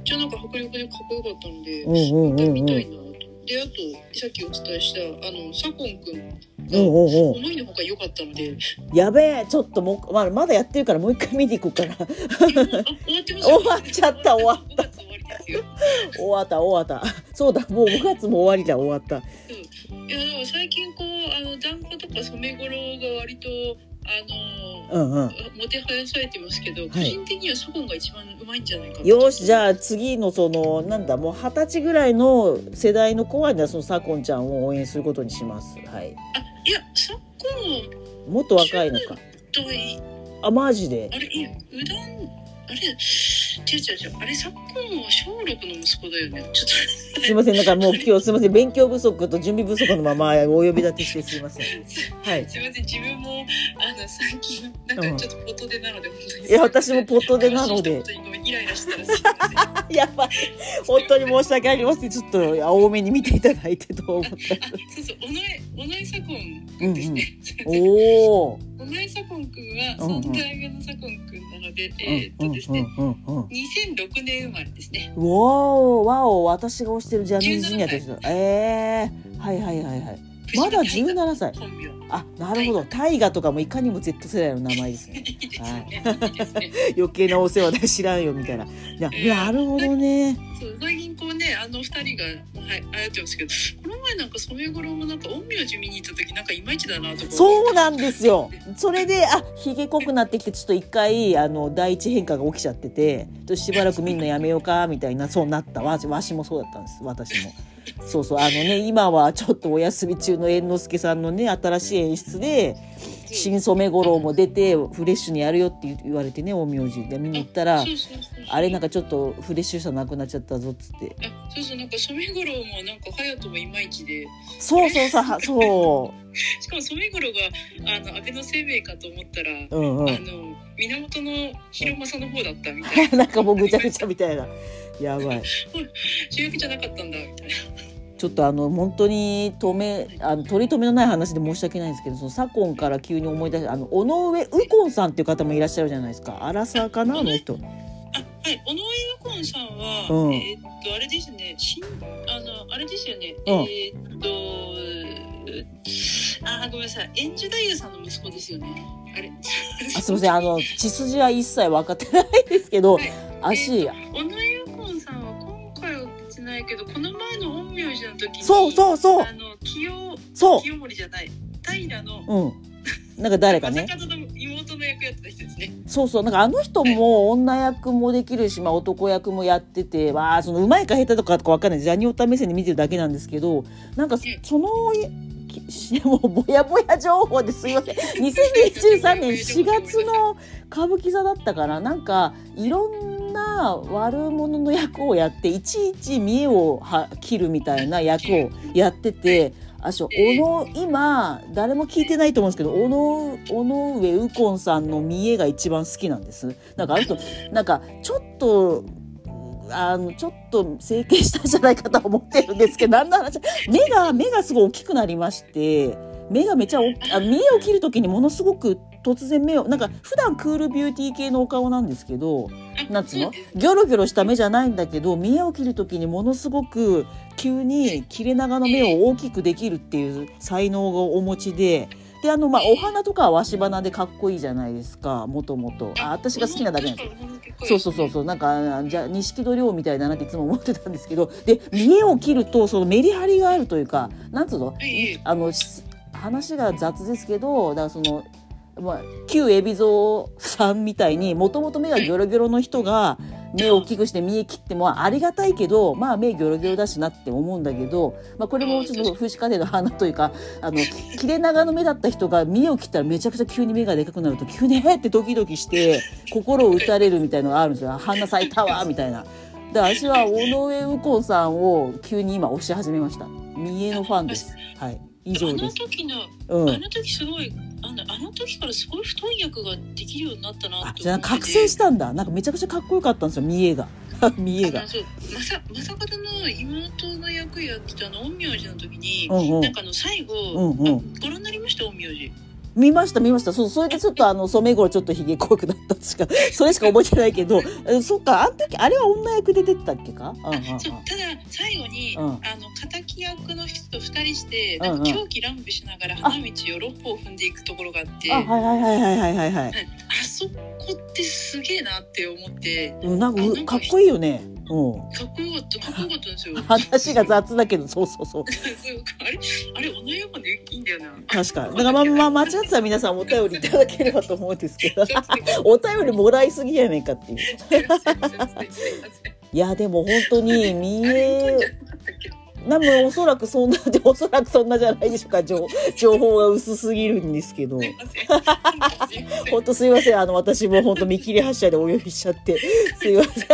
ちゃなんか迫力でかっこよかったので、 うんうんうんうん、 見たいなと。で、あとさっきお伝えしたあのサコンくんが思いのほか良かったので、 やべえ、ちょっともう、まあ、まだやってるからもう一回見に行こうかな。 終わってます終わっちゃった、終わった。 ごがつ終わりですよ。 終わった終わった。そうだ、もうごがつも終わりだ、終わった。 うん、いやでも最近こうあの残花とか染め頃が割とあの、うんうん、もてはやされてますけど、はい、個人的にはサコンが一番うまいんじゃないかな。 よし、じゃあ次のそのなんだもう二十歳ぐらいの世代の子はそのサコンちゃんを応援することにします。はい。 あ、いやサコンもっと若いのか。あ、マジで。 あれ、いや、うどん、あれ、違う違う違う、あれ、昨今は小六の息子だよね。ちょっと。 すいません、なんかもう今日すいません、勉強不足と準備不足のままお呼び立てしてすいません。はい。 すいません、自分も、あの、最近、なんかちょっとポトデなので、うん、本当に。 いや、私もポトデなので。 本当にごめん、イライラしたらすいません。 やばい。本当に申し訳ありません。ちょっと多めに見ていただいてと思った。そうそう、尾上、尾上左近ですね。 うんうん、おお。 尾上左近くんは三代目の左近くんなので、うんうん、えー、っとですね、うんうんうん、にせんろくねん生まれですね。 わお、わお、私が推してるジャニーズジュニアです。ええー、はいはいはいはい。まだじゅうななさい。あ、なるほど。大河とかもいかにも Z 世代の名前ですね。 いいですね。 はい、 いいですね。 余計なお世話で知らんよみたいな。いや、えー、なるほどね。 そう最近こうね、あの二人が、はい、あやってますけど、この前なんか染五郎もなんか陰陽師見に行った時なんかいまいちだなとか。 そうなんですよ。それであひげ濃くなってきてちょっと一回あの第一変化が起きちゃってて、しばらくみんなやめようかみたいなそうなったわ。わしもそうだったんです。私も。そうそう、あのね、今はちょっとお休み中の猿之助さんのね新しい演出で新染五郎も出てフレッシュにやるよって言われてね、陰陽師で見に行ったら、あれなんかちょっとフレッシュさなくなっちゃったぞっつって。 あ、そうそう、なんか染五郎もなんか隼人もいまいちで、 そうそうさそうしかも染五郎があの安倍の生命かと思ったら、 うんうん、 あの源の広政の方だったみたいななんかもうぐちゃぐちゃみたいな。やばい。 主役じゃなかったんだみたいな。 ちょっとあの本当に止めあの取り留めのない話で申し訳ないんですけど、その左近から急に思い出したあの尾上右近さんっていう方もいらっしゃるじゃないですか。アラサーかなあの人。あ、 はい、尾上右近さんは、うん、えー、っとあれですね、しんあのあれですよね、うん、えー、っとあごめんなさい、円珠太夫さんの息子ですよね。あれあすみません、あの血筋は一切分かってないですけど、はい、足、 えー、尾上右近さんは今回は出てないけど、この前の陰陽師の時にそうそうそう、 あの清そう清盛じゃない平の、 うん、なんか誰かね正門の妹の役やってた人ですね。 そうそう、なんかあの人も女役もできるし、まあ、男役もやってて、わあそのうまいか下手とか分かんない、ジャニオタ目線で見てるだけなんですけど、なんかそのもうぼやぼや情報ですいません。にせんにじゅうさんねんしがつの歌舞伎座だったから、なんかいろんな悪者の役をやっていちいち見栄を切るみたいな役をやってて、あしょ小野今誰も聞いてないと思うんですけど、小野尾上右近さんの見栄が一番好きなんです。なんかあの人なんかちょっとあのちょっと整形したんじゃないかと思ってるんですけど、なんの話、目が目がすごい大きくなりまして、目がめちゃ大きあ見栄を切るときにものすごく突然目をなんか普段クールビューティー系のお顔なんですけど、なんつうのギョロギョロした目じゃないんだけど、見栄を切るときにものすごく急に切れ長の目を大きくできるっていう才能がお持ちで。であのまあ、お花とかはわし花でかっこいいじゃないですか、もともと。あ、私が好きなだけなんですよ。そうそうそうそう、なんかじゃあ錦戸亮みたいだなっていつも思ってたんですけど、で見栄を切るとそのメリハリがあるというか、なんつうの、あの話が雑ですけど、だからその、まあ、旧海老蔵さんみたいにもともと目がギョロギョロの人が目を大きくして見栄切ってもありがたいけど、まあ目ギョロギョロだしなって思うんだけど、まあ、これもちょっと風刺家庭の花というか、あの切れ長の目だった人が見栄を切ったらめちゃくちゃ急に目がでかくなると急にへってドキドキして心を打たれるみたいなのがあるんですよ。花咲いたわみたいな。だから私は尾上右近さんを急に今推し始めました。見栄のファンです。はい、以上です。 あの時の、うん、あの時すごいあの、あの時からすごい太い役ができるようになったなって思って。 じゃあ覚醒したんだ。なんかめちゃくちゃかっこよかったんですよ、見栄が。見栄が。 そう、まさ、まさかたの妹の役やってたあの陰陽師の時に、 うんうん、 なんかあの最後、 うんうん、 ご覧になりました陰陽師。 見ました見ました。そう、それでちょっとあの染五郎ちょっとひげ濃くなったしかそれしか覚えてないけどそっか、あの時あれは女役で出てたっけか。 あ、そう、ただ最後に、うん、あの敵役の人と二人してなんか狂気乱舞しながら花道を六歩を踏んでいくところがあって、あ、 はいはいはいはいはいはいはい、 あそこってすげえなって思って、 うん、なんかなんかかっこいいよね。 うん、かっこよかったかっこよかったんですよ。 話が雑だけど、そうそうそうあれあれ女役でいいんだよな。 確かだからまあまあ間違ってたら皆さんお便りいただければと思うんですけどお便りもらいすぎやねんかっていういやでも本当に見えなもおそらくそんなおそらくそんなじゃないでしょうか。情, 情報が薄すぎるんですけど本当すいません。あの私も本当見切り発車でお呼びしちゃってすいません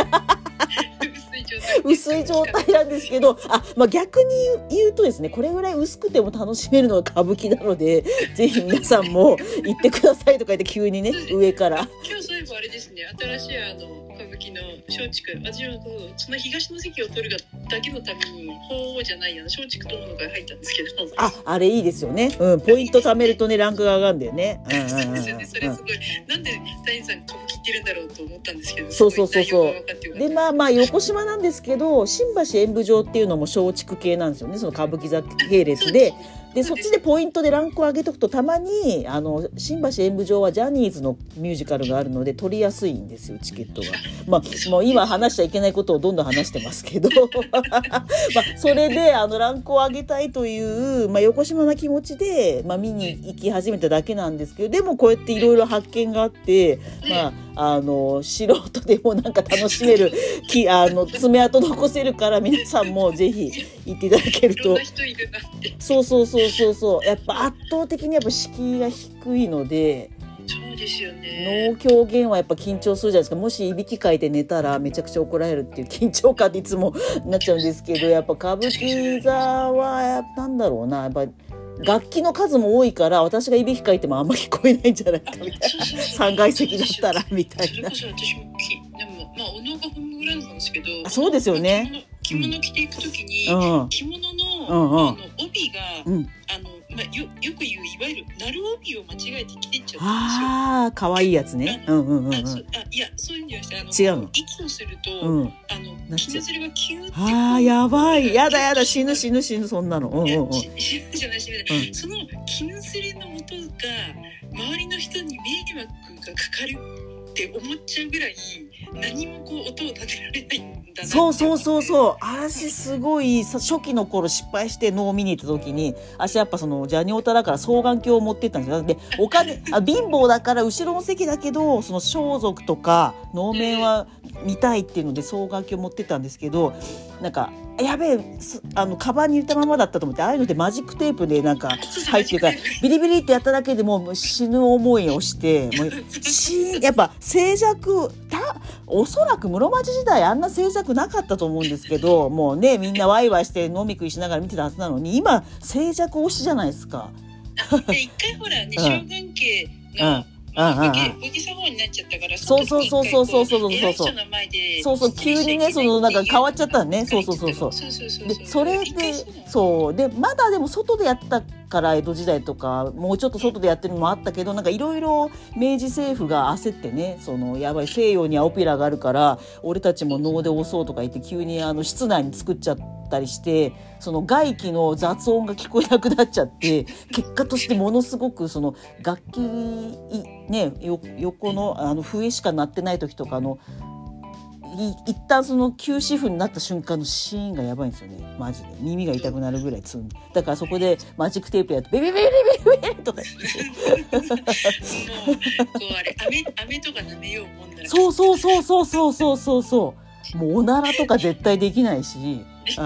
薄い状態なんですけど、あ、まあ、逆に言うとですね、これぐらい薄くても楽しめるのが歌舞伎なのでぜひ皆さんも行ってくださいとか言って急にね上から今日そういえばあれですね、新しいあの歌舞伎の松竹、私はその東の席を取るだけのために法王じゃないや松竹友の会入ったんですけど、 あ、あれいいですよね、うん、ポイント貯めるとねランクが上がるんだよね。 そうですよね、それすごい、うん、なんで谷さん歌舞伎ってるんだろうと思ったんですけど、 そうそうそうそうでまあまあ横島なんですけど新橋演舞場っていうのも松竹系なんですよね、その歌舞伎座系列で。でそっちでポイントでランクを上げとくとたまにあの新橋演舞場はジャニーズのミュージカルがあるので取りやすいんですよチケットが。まあもう今話しちゃいけないことをどんどん話してますけどまあそれであのランクを上げたいという、まあ、横島な気持ちで、まあ、見に行き始めただけなんですけど、でもこうやっていろいろ発見があって、まああの素人でもなんか楽しめるきあの爪痕残せるから皆さんもぜひ行っていただけると。そうそうそうそうそうやっぱ圧倒的にやっぱ敷居が低いので。 そうですよね。 能狂言はやっぱ緊張するじゃないですか。もしいびきかいて寝たらめちゃくちゃ怒られるっていう緊張感でいつもなっちゃうんですけど、やっぱ歌舞伎座はなんだろうな、やっぱ楽器の数も多いから私がいびきかいてもあんま聞こえないんじゃないかみたいな、さんがい席だったらみたいな。 それこそ私もきでもまあお能が本ぐらいなんですけど、 あ、そうですよね。 着物着ていくときに、うん、着物の、うんうん、あの帯が、うん、あのまあ、よ, よく言ういわゆるなる帯を間違えて着てっちゃったんですよ。ああ、可愛いやつね。うんうんうん、うん、 あそあいやそういうんじゃなくて、あの違うの。息をすると、うん、あの絹ずれがキューって。 ああ、やばい、やだやだ、死ぬ死ぬ死ぬそんなの。うんうんうん。 死ぬじゃない死ぬじゃない、うん、その絹ずれの元が周りの人に迷惑がかかるって思っちゃうぐらい何もこう音を立てられないんだな。 そうそうそうそう。私すごい初期の頃失敗して能を見に行った時に、私やっぱそのジャニオタだから双眼鏡を持ってったんですよ。でお金あ貧乏だから後ろの席だけどその装束とか能面は見たいっていうので双眼鏡を持ってったんですけど、なんかやべえあのカバンに入れたままだったと思って、ああいうのでマジックテープでなんか入ってるからビリビリってやっただけでもう死ぬ思いをしてもうしやっぱ静寂だおそらく室町時代あんな静寂なかったと思うんですけど、もうねみんなワイワイして飲み食いしながら見てたはずなのに今静寂推しじゃないですか。 一回ほらね双眼鏡が、うんブギサホになっちゃったから、 そうそうそうそうそうそうそうそうそうそう急にねそのなんか変わっちゃったね。そうそうそうそうでそれでそうでまだでも外でやったから江戸時代とかもうちょっと外でやってるのもあったけど、なんかいろいろ明治政府が焦ってね、そのやばい西洋にはオペラがあるから俺たちも能で押そうとか言って急にあの室内に作っちゃったりして、その外気の雑音が聞こえなくなっちゃって結果としてものすごくその楽器ね、よ横のあの笛しか鳴ってない時とかのい一旦その休止符になった瞬間のシーンがやばいんですよね。マジで耳が痛くなるぐらいつんで、だからそこでマジックテープやってベベベベベベベとか言ってもうこうあれ飴飴とか舐めようもんならそうそうそうそうそうそうそうそうもうおならとか絶対できないし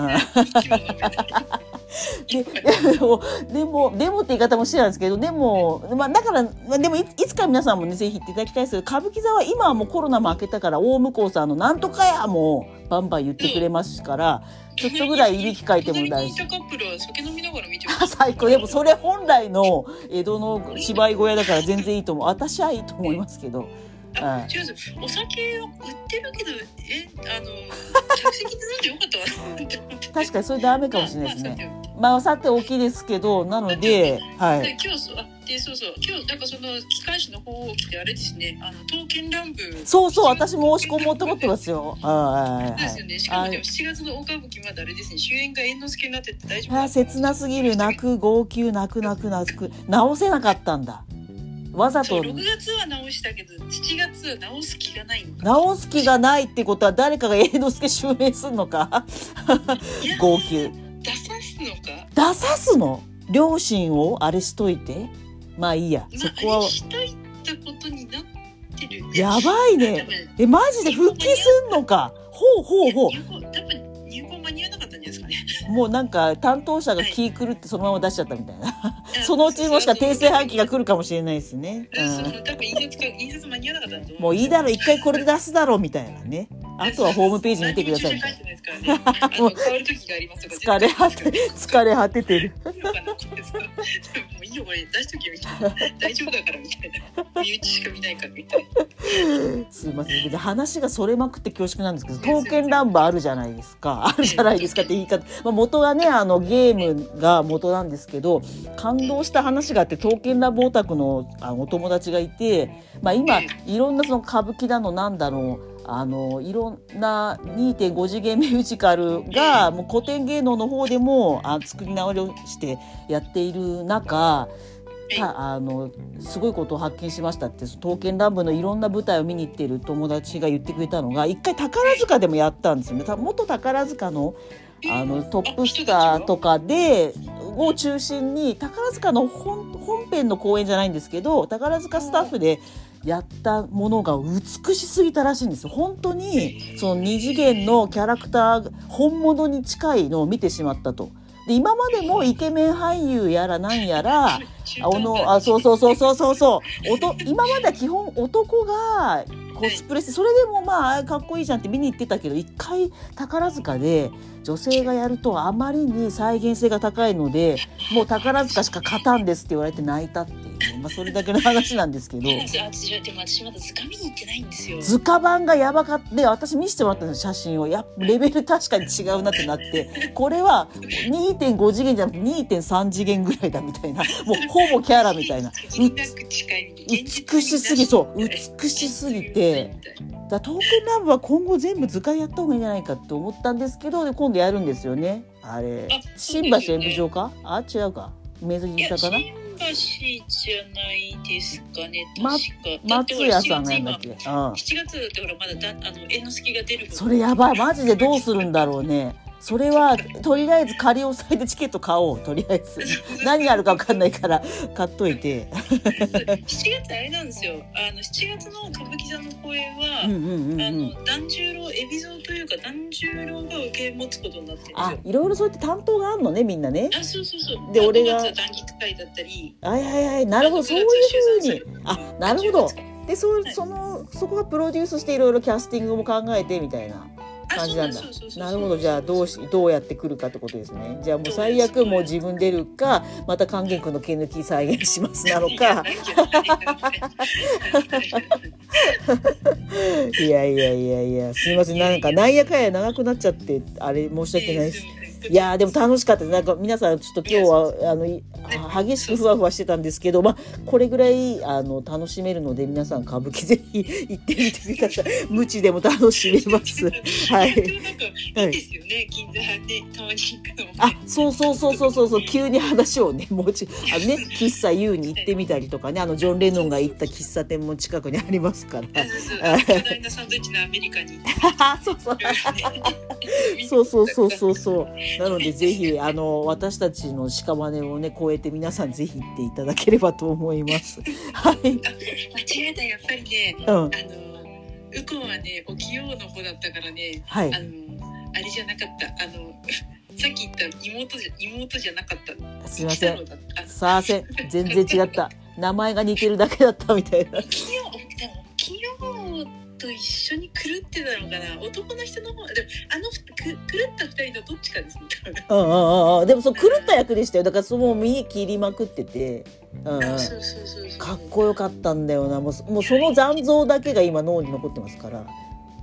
で, でもでもでもって言い方もしてたんですけど、でも、まあ、だから、まあ、でも い, いつか皆さんもねぜひ行っていただきたいですけど、歌舞伎座は今はもうコロナも明けたから大向こうさんのなんとかやもうバンバン言ってくれますから、うん、ちょっとぐらいいびきかいても大事。 最高。でもそれ本来の江戸の芝居小屋だから全然いいと思う。私はいいと思いますけど。 あ、違うお酒を売ってるけどえあの客席で飲んでよかったわって確かにそれダメかもしれないですね。 まあさて大きいですけど、なので、はい。 今日そう、あ、で、そうそう、今日なんかその機関士の方を来てあれですね、あの刀剣乱舞。 そうそう、私も申し込もうと思ってますよ。 はい。そうですよね。しかもでもしちがつの大歌舞伎まだあれですね、主演が猿之助になってて大丈夫。 あ、切なすぎる、泣く号泣、泣く泣く泣く、直せなかったんだ。わざと。 ろくがつは直したけどしちがつは直す気がないのか。 直す気がないってことは誰かが猿之助襲名すんのか。号泣。 出さすのか。 出さすの。両親をあれしといて。まあいいや。 まあ、 そこは。 しといたことになってる。 やばいね。え、マジで復帰すんのか。ほうほうほう。 多分入校間に合わなかったんじゃないですかね。 もうなんか担当者が気狂ってそのまま出しちゃったみたいな。そのうちもしか訂正半期が来るかもしれないですね。 うん、多分印刷か印刷間に合わなかったんだと思う。 もういいだろ、一回これで出すだろうみたいなね。あとはホームページ見てくださいみたいな。 もう変わる時がありますとか。 疲れ果て疲れ果ててる。 もういいよこれ出しとけみたいな。大丈夫だからみたいな。身内しか見ないからみたいな。 すいません。で話がそれまくって恐縮なんですけど、刀剣乱舞あるじゃないですか。あるじゃないですかって言い方。まあ、元はねあのゲームが元なんですけど、感動した話があって、刀剣乱舞オタクのあのお友達がいて、まあ今いろんなその歌舞伎だのなんだの。あのいろんな にてんご 次元ミュージカルがもう古典芸能の方でもあ作り直してやっている中、あのすごいことを発見しましたって、刀剣乱舞のいろんな舞台を見に行っている友達が言ってくれたのが、一回宝塚でもやったんですよね。元宝塚のあのトップスターとかでを中心に、宝塚の 本, 本編の公演じゃないんですけど、宝塚スタッフでやったものが美しすぎたらしいんですよ。本当にその二次元のキャラクター本物に近いのを見てしまったと。で今までもイケメン俳優やらなんやらあのあそうそうそうそうそうそうおと今までは基本男がコスプレして、それでもまあかっこいいじゃんって見に行ってたけど、一回宝塚で女性がやるとあまりに再現性が高いので、もう宝塚しか勝たんですって言われて泣いたっていう、まあ、それだけの話なんですけど。 でも私まだ図鑑見に行ってないんですよ。 図鑑版がやばかった。私見せてもらったんですよ、写真を。やレベル確かに違うなってなって、これは にてんご 次元じゃなくて にてんさん 次元ぐらいだみたいな、もうほぼキャラみたいな。美しすぎそう美しすぎて、だ刀剣乱舞は今後全部図鑑やった方がいいんじゃないかって思ったんですけど、で今度やるんですよね。あれ新橋演舞場か、あ違うか、明治座かな。 新橋じゃないですかね。 ま、 確か松屋さんがやんだっけ。 しちがつだってほらまだだあの猿之助が出る。 それやばい、マジでどうするんだろうね。それはとりあえず仮押さえでチケット買おう。とりあえず何あるか分かんないから買っといて。 しちがつあれなんですよ。あのしちがつの歌舞伎座の公演は、 うんうんうんうん、 あの團十郎海老蔵というか團十郎が受け持つことになってるんですよ。 あ、いろいろそうやって担当があるのね、みんなね。 あ、そうそうそう。 で俺が談義会だったり。 はいはいはい、なるほど、そういう風に。あ、なるほど。で、そう、はい、そのそこがプロデュースしていろいろキャスティングも考えてみたいな感じなんだ。なるほど、じゃあどうしどうやってくるかってことですね。じゃあもう最悪もう自分出るか、また勸玄君の毛抜き再現しますなのか。いやいやいやいや、すみません、なんかなんやかんや長くなっちゃってあれ申し訳ないです。いやでも楽しかったです。なんか皆さんちょっと今日はあの激しくふわふわしてたんですけど、まあこれぐらいあの楽しめるので、皆さん歌舞伎ぜひ行ってみてください。無知でも楽しめます。はい。 いいですよね。銀座でたまに行くのも。 あ、そうそうそうそうそうそう、急に話をね、もうちあのね喫茶 ユー に行ってみたりとかね、あのジョン・レノンが行った喫茶店も近くにありますから。 巨大なサンドイッチのアメリカに。 そうそう。そうそうそうそうそう。なのでぜひあの私たちの屍をね超えて皆さんぜひ行っていただければと思います。はい。間違えた、やっぱりね、うん、あのウコンはねお清の方だったからね、はい、あのあれじゃなかった、あのさっき言った妹じゃ妹じゃなかった。 すいません。さあせん、全然違った。名前が似てるだけだったみたいな。 清でも清と一緒に狂ってたのかな、男の人の方でもあのく狂った二人のどっちかですね。 うんうんうん、でもそう狂った役でしたよ。だからその身切りまくってて、うんうん、かっこよかったんだよな。もう、もうその残像だけが今脳に残ってますから。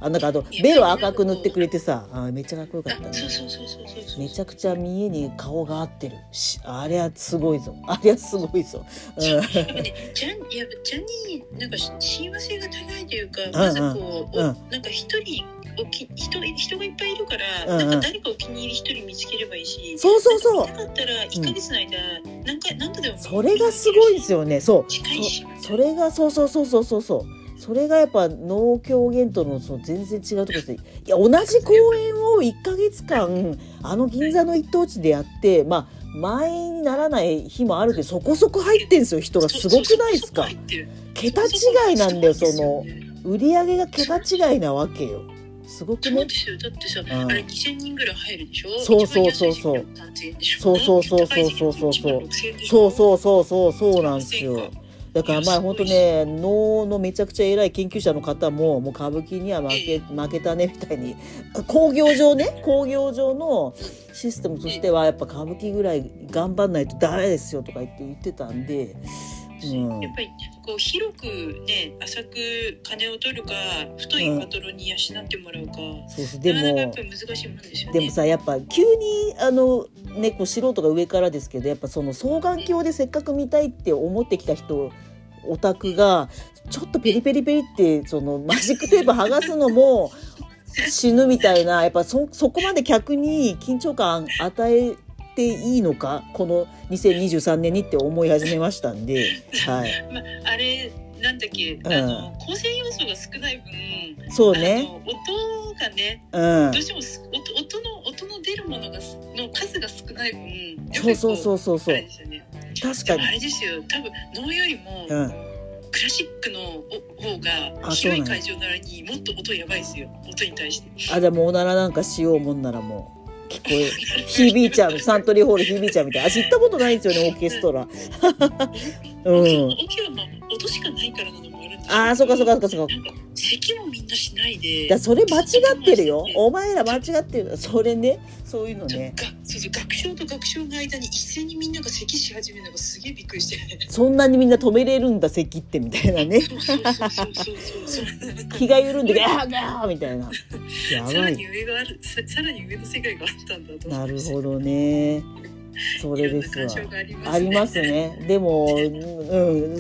あなんかあとベロ赤く塗ってくれてさ、あめっちゃかっこよかったね。 そうそうそうそうそうそう。 めちゃくちゃ見えに顔が合ってるし、あれはすごいぞ、あれはすごいぞ。うん、 やっぱね、ジャン、やっぱジャニーなんか親和性が高いというか、まずこう、うんうん、なんか一人おき人人がいっぱいいるから、うんうん、なんか誰かお気に入り一人見つければいいし、 そうそうそう。 なかったら一ヶ月の間、うん、何回何度でもそれがすごいですよね。そう。 近いし、 そ, それがそうそうそうそうそうそう。それがやっぱ能狂言とのその全然違うところですね。いや同じ公演をいっかげつかんあの銀座の一等地でやって、まあ満員にならない日もあるけどそこそこ入ってんですよ人が。すごくないですか。桁違いなんだよ、その売り上げが桁違いなわけよ。すごくね。 そうですよ。だってさ、うん、あれにせんにんぐらい入るでしょ。 そうそうそうそう。そうそうそうそうそうそうそうそうそうそうそうなんですよ。だからまあ本当ね、能のめちゃくちゃ偉い研究者の方ももう歌舞伎には負け、負けたねみたいに工業上ね工業上のシステムとしてはやっぱ歌舞伎ぐらい頑張んないとダメですよとか言って言ってたんで、うん、 やっぱりこう広くね浅く金を取るか太いパトロンに養ってもらうか、うん、そうそうでもやっぱり難しいもんですよね。 でもさやっぱ急にあのねこう素人が上からですけどやっぱその双眼鏡でせっかく見たいって思ってきた人オタクがちょっとペリペリペリってそのマジックテープ剥がすのも死ぬみたいなやっぱ そ, そこまで客に緊張感与えていいのかこのにせんにじゅうさんねんにって思い始めましたんで、はいまあ、あれなんだっけ、うん、あの構成要素が少ない分そうね音がね、 うん、 どうしても 音, 音, の音の出るものがの数が少ない分そうそうそうそうそう、 ね、 確かにあれですよ多分能よりも、うん、クラシックの方が広い会場ならにもっと音やばいですよ音に対して。 あじゃあもうおならなんかしようもんならもう聞こえ響いちゃうサントリーホール響いちゃうみたいな。あ知ったことないんですよねオーケストラ。 うん。オケはまあ音しかないからなのもあるんですけど。 ああそうかそうかそうかそうか。 咳もみんなしないで。 だそれ間違ってるよ。お前ら間違ってる。それねそういうのね。 そうそう学章と学章の間に一斉にみんなが咳し始めるのがすげえびっくりして。 そんなにみんな止めれるんだ咳ってみたいなね。 そうそうそうそうそうそう。 気が緩んでガーガーみたいな。 やばい。さらに上があるさ、さらに上の世界があったんだと。 なるほどね。それですわ。 ありますね。 ありますね。でも、うん、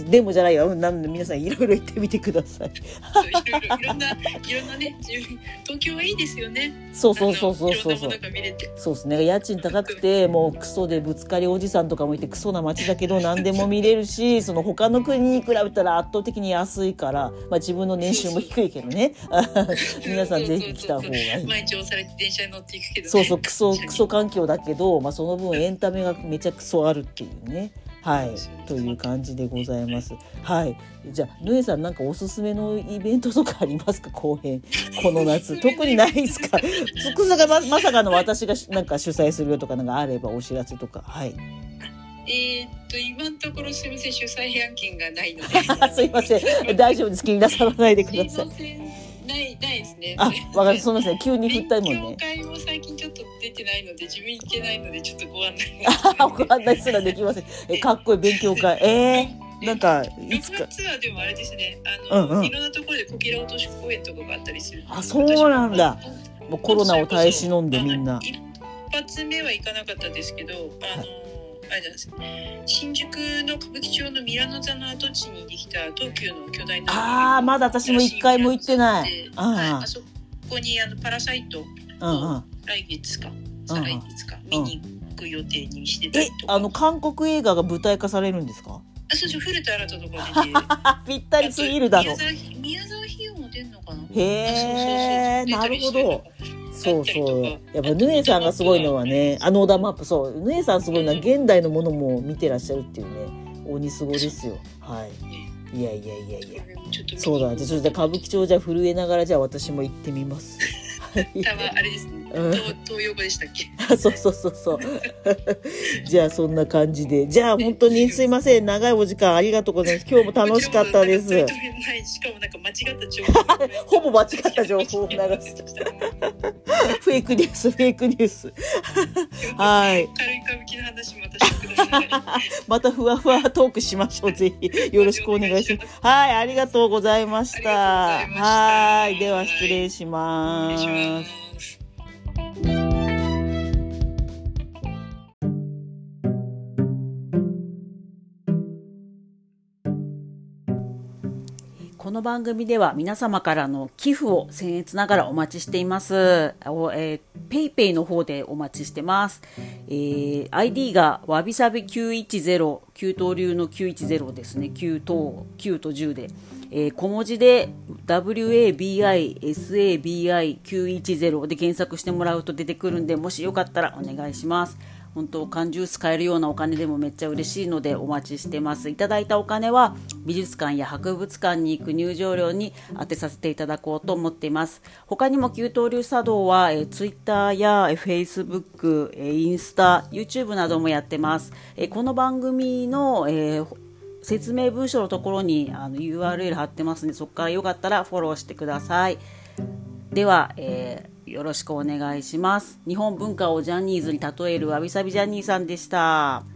でもじゃないよ。なんで皆さんいろいろ言ってみてください。 そういろいろいろんないろんなね、東京はいいですよね。 そうそうそうそうそうそう。 そうですね。家賃高くてもうクソでぶつかりおじさんとかもいてクソな街だけど何でも見れるし、その他の国に比べたら圧倒的に安いから、まあ自分の年収も低いけどね。皆さんぜひ来た方がいい。 毎日押されて電車に乗っていくけど、ね。 そうそうクソクソ環境だけど、まあその分エンタメがめちゃくそあるっていうね。はいという感じでございます。はいじゃあぬえさんなんかおすすめのイベントとかありますか公演この夏特にないですか。つくさが ま, まさかの私がなんか主催するよとかなんかあればお知らせとか。はいえー、っと今のところすみません主催案件がないので。 すいません大丈夫です気になさらないでください。 ないないですね。 あ、わかる。そうですね。急に振ったもんね。 勉強会も最近ちょっと出てないので自分行けないのでちょっとご案内。 ご案内すらできません。え、かっこいい勉強会。えー、なんかいつか。 ろくがつはでもあれですね。あの、うんうん、いろんなところでこけら落とし公演とかがあったりする。 あ、そうなんだ。もうコロナを耐え忍んでみんな。 一発目は行かなかったですけど、あの。はいあれです新宿の歌舞伎町のミラノ座の跡地にできた東急の巨大なああまだ私も一回も行ってない。あ、 はい、あそこにあのパラサイトを来月か再来月か見に行く予定にしてたりとか。 えあの韓国映画が舞台化されるんですか。 あそうそう古田新太とか出てぴったりすぎるだろ。 宮沢ひよも出んのかな。 へえなるほど。そうそうやっぱヌエさんがすごいのはねあのオーダーマップそうヌエさんすごいのは現代のものも見てらっしゃるっていうね鬼すごですよ。はいいやいやいやいやそうだじゃあちょっと歌舞伎町じゃ震えながらじゃあ私も行ってみます。 たまあれですね、うん、東洋語でしたっけ。 そうそうそうそうじゃあそんな感じでじゃあ本当にすいません長いお時間ありがとうございます。今日も楽しかったです。しかもなんか間違った情報ほぼ間違った情報を流すフェイクニュースフェイクニュースはい軽い歌舞伎の話も私してください。 またふわふわトークしましょう。ぜひよろしくお願いします。はい、ありがとうございました。はい、では失礼します。この番組では皆様からの寄付を僭越ながらお待ちしています。えー、ペイペイの方でお待ちしてます。えー、アイディー がわびさびきゅういちゼロ、旧東流のきゅういちゼロですね。きゅうときゅうとじゅうで、えー、小文字で ダブリューエービーアイエスエービーアイきゅういちゼロ で検索してもらうと出てくるんで、もしよかったらお願いします。本当缶ジュース買えるようなお金でもめっちゃ嬉しいのでお待ちしてます。いただいたお金は美術館や博物館に行く入場料に当てさせていただこうと思っています。他にも旧東流茶道はえツイッターやえフェイスブック、えインスタ、YouTube などもやってます。えこの番組の、えー説明文書のところにあの ユーアールエル 貼ってますので、そこからよかったらフォローしてください。では、えー、よろしくお願いします。日本文化をジャニーズに例えるわびさびジャニーさんでした。